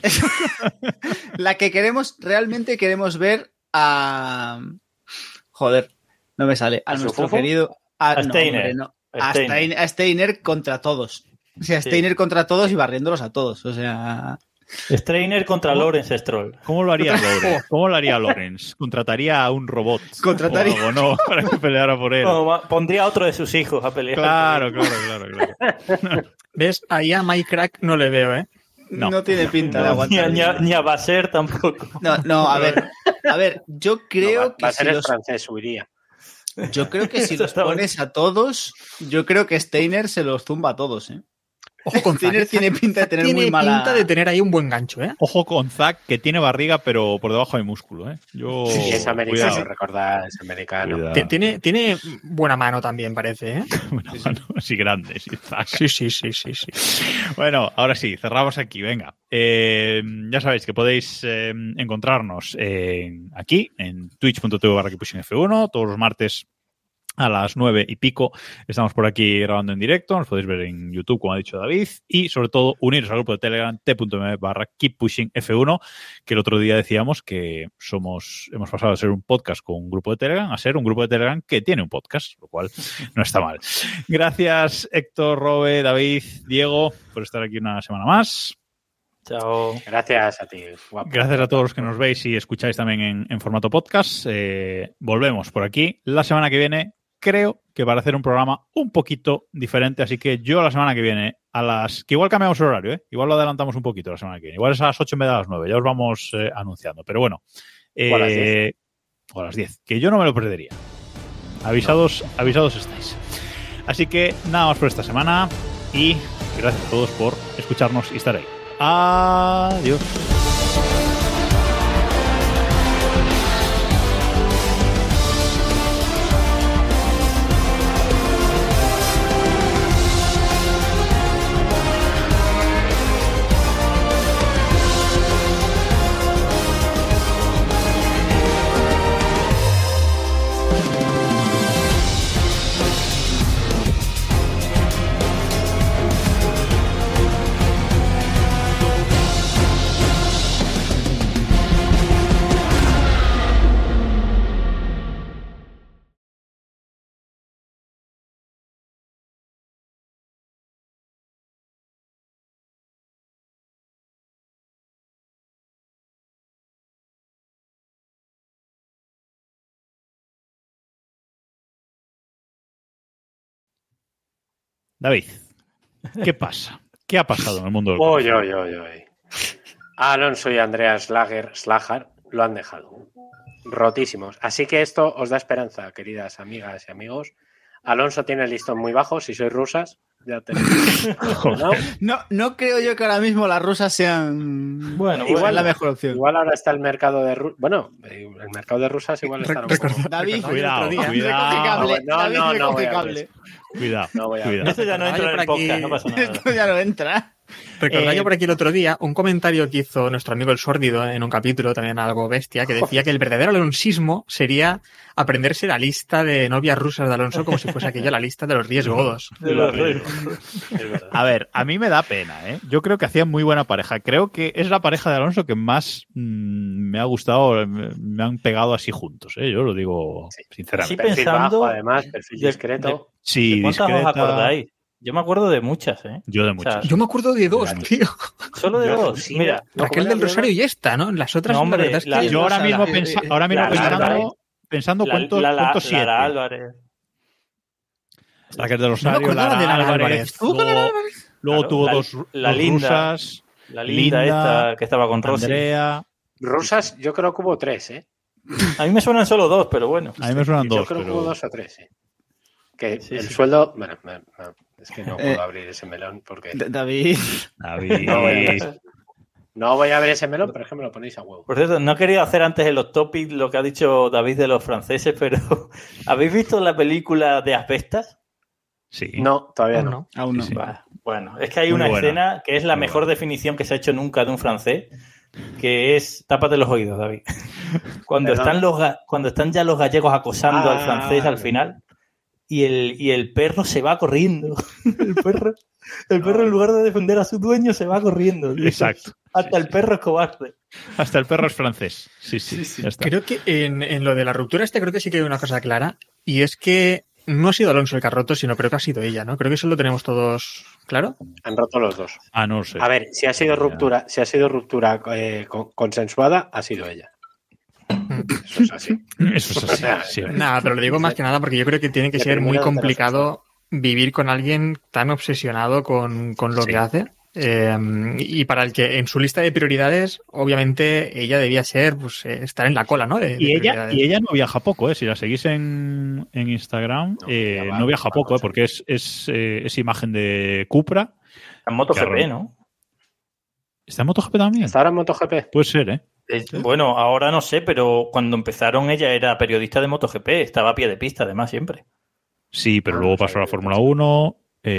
la que queremos, realmente queremos ver a... Joder, no me sale. A, ¿A su nuestro fofo? querido... A, A no, Steiner. hombre, no. A, Steiner. Steiner, a Steiner contra todos. O sea, Sí. Steiner contra todos y barriéndolos a todos. O sea... Strainer contra Lawrence Stroll. ¿Cómo lo haría Lawrence? ¿Cómo lo haría Lawrence? ¿Contrataría a un robot? Contrataría- O algo, no, para que peleara por él. No, va- pondría a otro de sus hijos a pelear. Claro, claro, claro, claro. ¿Ves? Ahí a Mike Crack no le veo, ¿eh? No. No, tiene pinta de No, ni, aguantar. a, ni, a, ni a Basser tampoco. No, no, a ver, a ver, yo creo no, va, que va a si ser el los, francés, huiría. yo creo que si los Totalmente. pones a todos, yo creo que Steiner se los zumba a todos, ¿eh? Ojo con Zach. Steiner tiene pinta de tener Tiene muy mala. pinta de tener ahí un buen gancho, ¿eh? Ojo con Zach, que tiene barriga, pero por debajo hay músculo, ¿eh? Yo... Sí, es americano, Cuidado. recordad, es americano. Cuidado. T- Tiene, tiene buena mano también, parece, ¿eh? Bueno, bueno, sí, grande, sí, Zach. Sí, sí, sí, sí, sí. Bueno, ahora sí, cerramos aquí, venga. Eh, ya sabéis que podéis eh, encontrarnos en- aquí, en twitch.tv barra F uno, todos los martes a las nueve y pico. Estamos por aquí grabando en directo, nos podéis ver en YouTube, como ha dicho David, y sobre todo uniros al grupo de Telegram t.m barra Keep Pushing F uno, que el otro día decíamos que somos, hemos pasado de ser un podcast con un grupo de Telegram a ser un grupo de Telegram que tiene un podcast, lo cual no está mal. Gracias, Héctor, Robe, David, Diego, por estar aquí una semana más. Chao. Gracias a ti, guapo. Gracias a todos los que nos veis y escucháis también en, en formato podcast. Eh, volvemos por aquí la semana que viene. Creo que para hacer un programa un poquito diferente, así que yo la semana que viene a las... que igual cambiamos el horario, ¿eh? Igual lo adelantamos un poquito la semana que viene. Igual es a las ocho en vez de a las nueve, ya os vamos eh, anunciando. Pero bueno, eh, O a las diez. o a las diez, que yo no me lo perdería. Avisados, avisados estáis. Así que nada más por esta semana y gracias a todos por escucharnos y estar ahí. Adiós. David, ¿qué pasa? ¿Qué ha pasado en el mundo del golf? Oy, oy, oy, oy. Alonso y Andreas Slager, Slager lo han dejado rotísimos. Así que esto os da esperanza, queridas amigas y amigos. Alonso tiene el listón muy bajo. Si sois rusas, ya tenéis. ¿No? No, no creo yo que ahora mismo las rusas sean Bueno, igual bueno. la mejor opción. Igual ahora está el mercado de Ru- bueno, el mercado de rusas igual está un poco. David, Cuidado, David, cuidado. recoge cable. No, David, no, no recoge voy a cable. Cuidado, No voy a- cuidado. Esto ya no entra en el por aquí- podcast, no pasa nada. Esto ya no entra. Recordad Eh, yo por aquí el otro día un comentario que hizo nuestro amigo el Sórdido en un capítulo, también algo bestia, que decía que el verdadero alonsismo sería aprenderse la lista de novias rusas de Alonso como si fuese aquella la lista de los diez godos. De los reyes. Es verdad. A ver, a mí me da pena, ¿eh? Yo creo que hacían muy buena pareja. Creo que es la pareja de Alonso que más mmm, me ha gustado, me, me han pegado así juntos, ¿eh? Yo lo digo Sí. sinceramente. Sí, Perfil pensando bajo, además, perfil de- discreto. Sí, ¿De cuántas discreta. os acordáis? Yo me acuerdo de muchas, ¿eh? Yo de O sea, muchas. Yo me acuerdo de dos, tío. Solo de Yo- dos. sí, Mira, no, Raquel ¿cómo del era? Rosario y esta, ¿no? Las otras, No, hombre, la verdad es que... la- Yo ahora la- mismo, la- pensa- ahora mismo la- pensando, Álvarez. pensando la, cuántos, la, la, cuántos siete. Lara Álvarez. Raquel de Rosario, No me acordaba Lara de Lara Álvarez. Álvarez. Luego, luego Claro, tuvo la- dos, la dos linda, rusas. La linda, esta que estaba con Rossi. Andrea. Rusas, yo creo que hubo tres, ¿eh? A mí me suenan solo dos, pero bueno. A mí me suenan Yo dos, creo que hubo pero... dos o tres, ¿eh? Que Sí, el sí. sueldo... Bueno, me- me- es que no puedo Eh, abrir ese melón porque... D- David. David. No voy, a, no voy a abrir ese melón, pero es que me lo ponéis a huevo. Por cierto, no he querido hacer antes en los topics lo que ha dicho David de los franceses, pero ¿habéis visto la película de Asbestas? Sí. No, todavía Aún no. no. Aún no. Sí. Va, Bueno, es que hay Muy una buena. escena que es la Muy mejor buena. definición que se ha hecho nunca de un francés, que es tápate los oídos, David. Cuando Perdón. están los ga- cuando están ya los gallegos acosando Ah, al francés al vale. final y el, y el perro se va corriendo. El perro, el perro en lugar de defender a su dueño se va corriendo. tío. Exacto. Hasta el perro es cobarde. Hasta el perro es francés. Sí, sí, Sí, sí. ya está. Creo que en, en lo de la ruptura este creo que sí que hay una cosa clara, y es que no ha sido Alonso el que ha roto, sino creo que ha sido ella, ¿no? Creo que eso lo tenemos todos claro. Han roto los dos. Ah, no lo sé. A ver, si ha sido ruptura, si ha sido ruptura eh, con- consensuada, ha sido ella. Eso es así. Eso es así. Sí. Nada, pero lo digo más que nada porque yo creo que tiene que De ser muy primero de complicado vivir con alguien tan obsesionado con, con lo Sí. que hace. Eh, y para el que en su lista de prioridades, obviamente, ella debía ser pues eh, estar en la cola, ¿no? De, de Y ella, prioridades. y ella no viaja poco, ¿eh? Si la seguís en, en Instagram, No, eh, ella va- no viaja va poco, con ¿eh? Porque es, es, eh, es imagen de Cupra. En MotoGP, Claro. ¿no? ¿Está en MotoGP también? ¿Está ahora en MotoGP? Puede ser, ¿eh? Eh, Bueno, ahora no sé, pero cuando empezaron ella era periodista de MotoGP, estaba a pie de pista además siempre. Sí, pero Ah, luego no pasó a la sabía. Fórmula uno.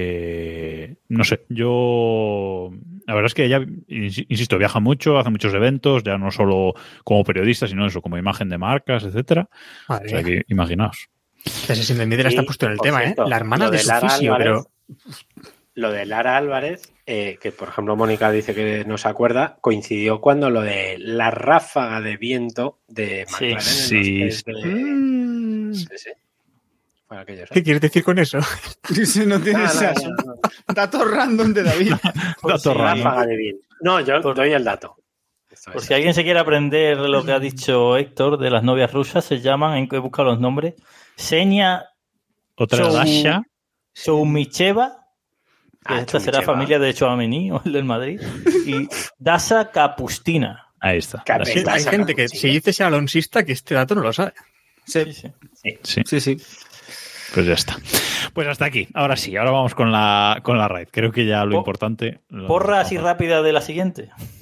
Eh, no sé, yo... La verdad es que ella, ins- insisto, viaja mucho, hace muchos eventos, ya no solo como periodista, sino eso, como imagen de marcas, etcétera. Madre O sea mía. que imaginaos. Ya se siente Medina Sí, está puesto en el por tema, cierto, ¿eh? La hermana lo de de su Lara fisio, Álvarez, pero Lo de Lara Álvarez, eh, que por ejemplo Mónica dice que no se acuerda, coincidió cuando lo de la ráfaga de viento de Sí, McLaren en sí, los test de... Mm. Sí, sí. Fue aquellos años. ¿Qué quieres decir con eso? No tiene No, no, esa- no, no. datos random de David. Por si, Ráfaga de viento. No, yo Por- doy el dato. Esto por es si alguien se quiere aprender lo que ha dicho Héctor de las novias rusas, se llaman, en que he buscado los nombres, Senia Otra Chou- Dasha. Soumicheva, que Ah, esta será Choumicheva. familia de Chouameni o el del Madrid, y Dasa Kapustina. Ahí está. Cap- Dasha. Sí, hay Esa gente que sí. si dice ser alonsista que este dato no lo sabe. Sí, sí. Sí. Sí, sí. Pues ya está. Pues hasta aquí. Ahora sí, ahora vamos con la, con la raid. Creo que ya lo Po- importante... Porra así rápida de la siguiente.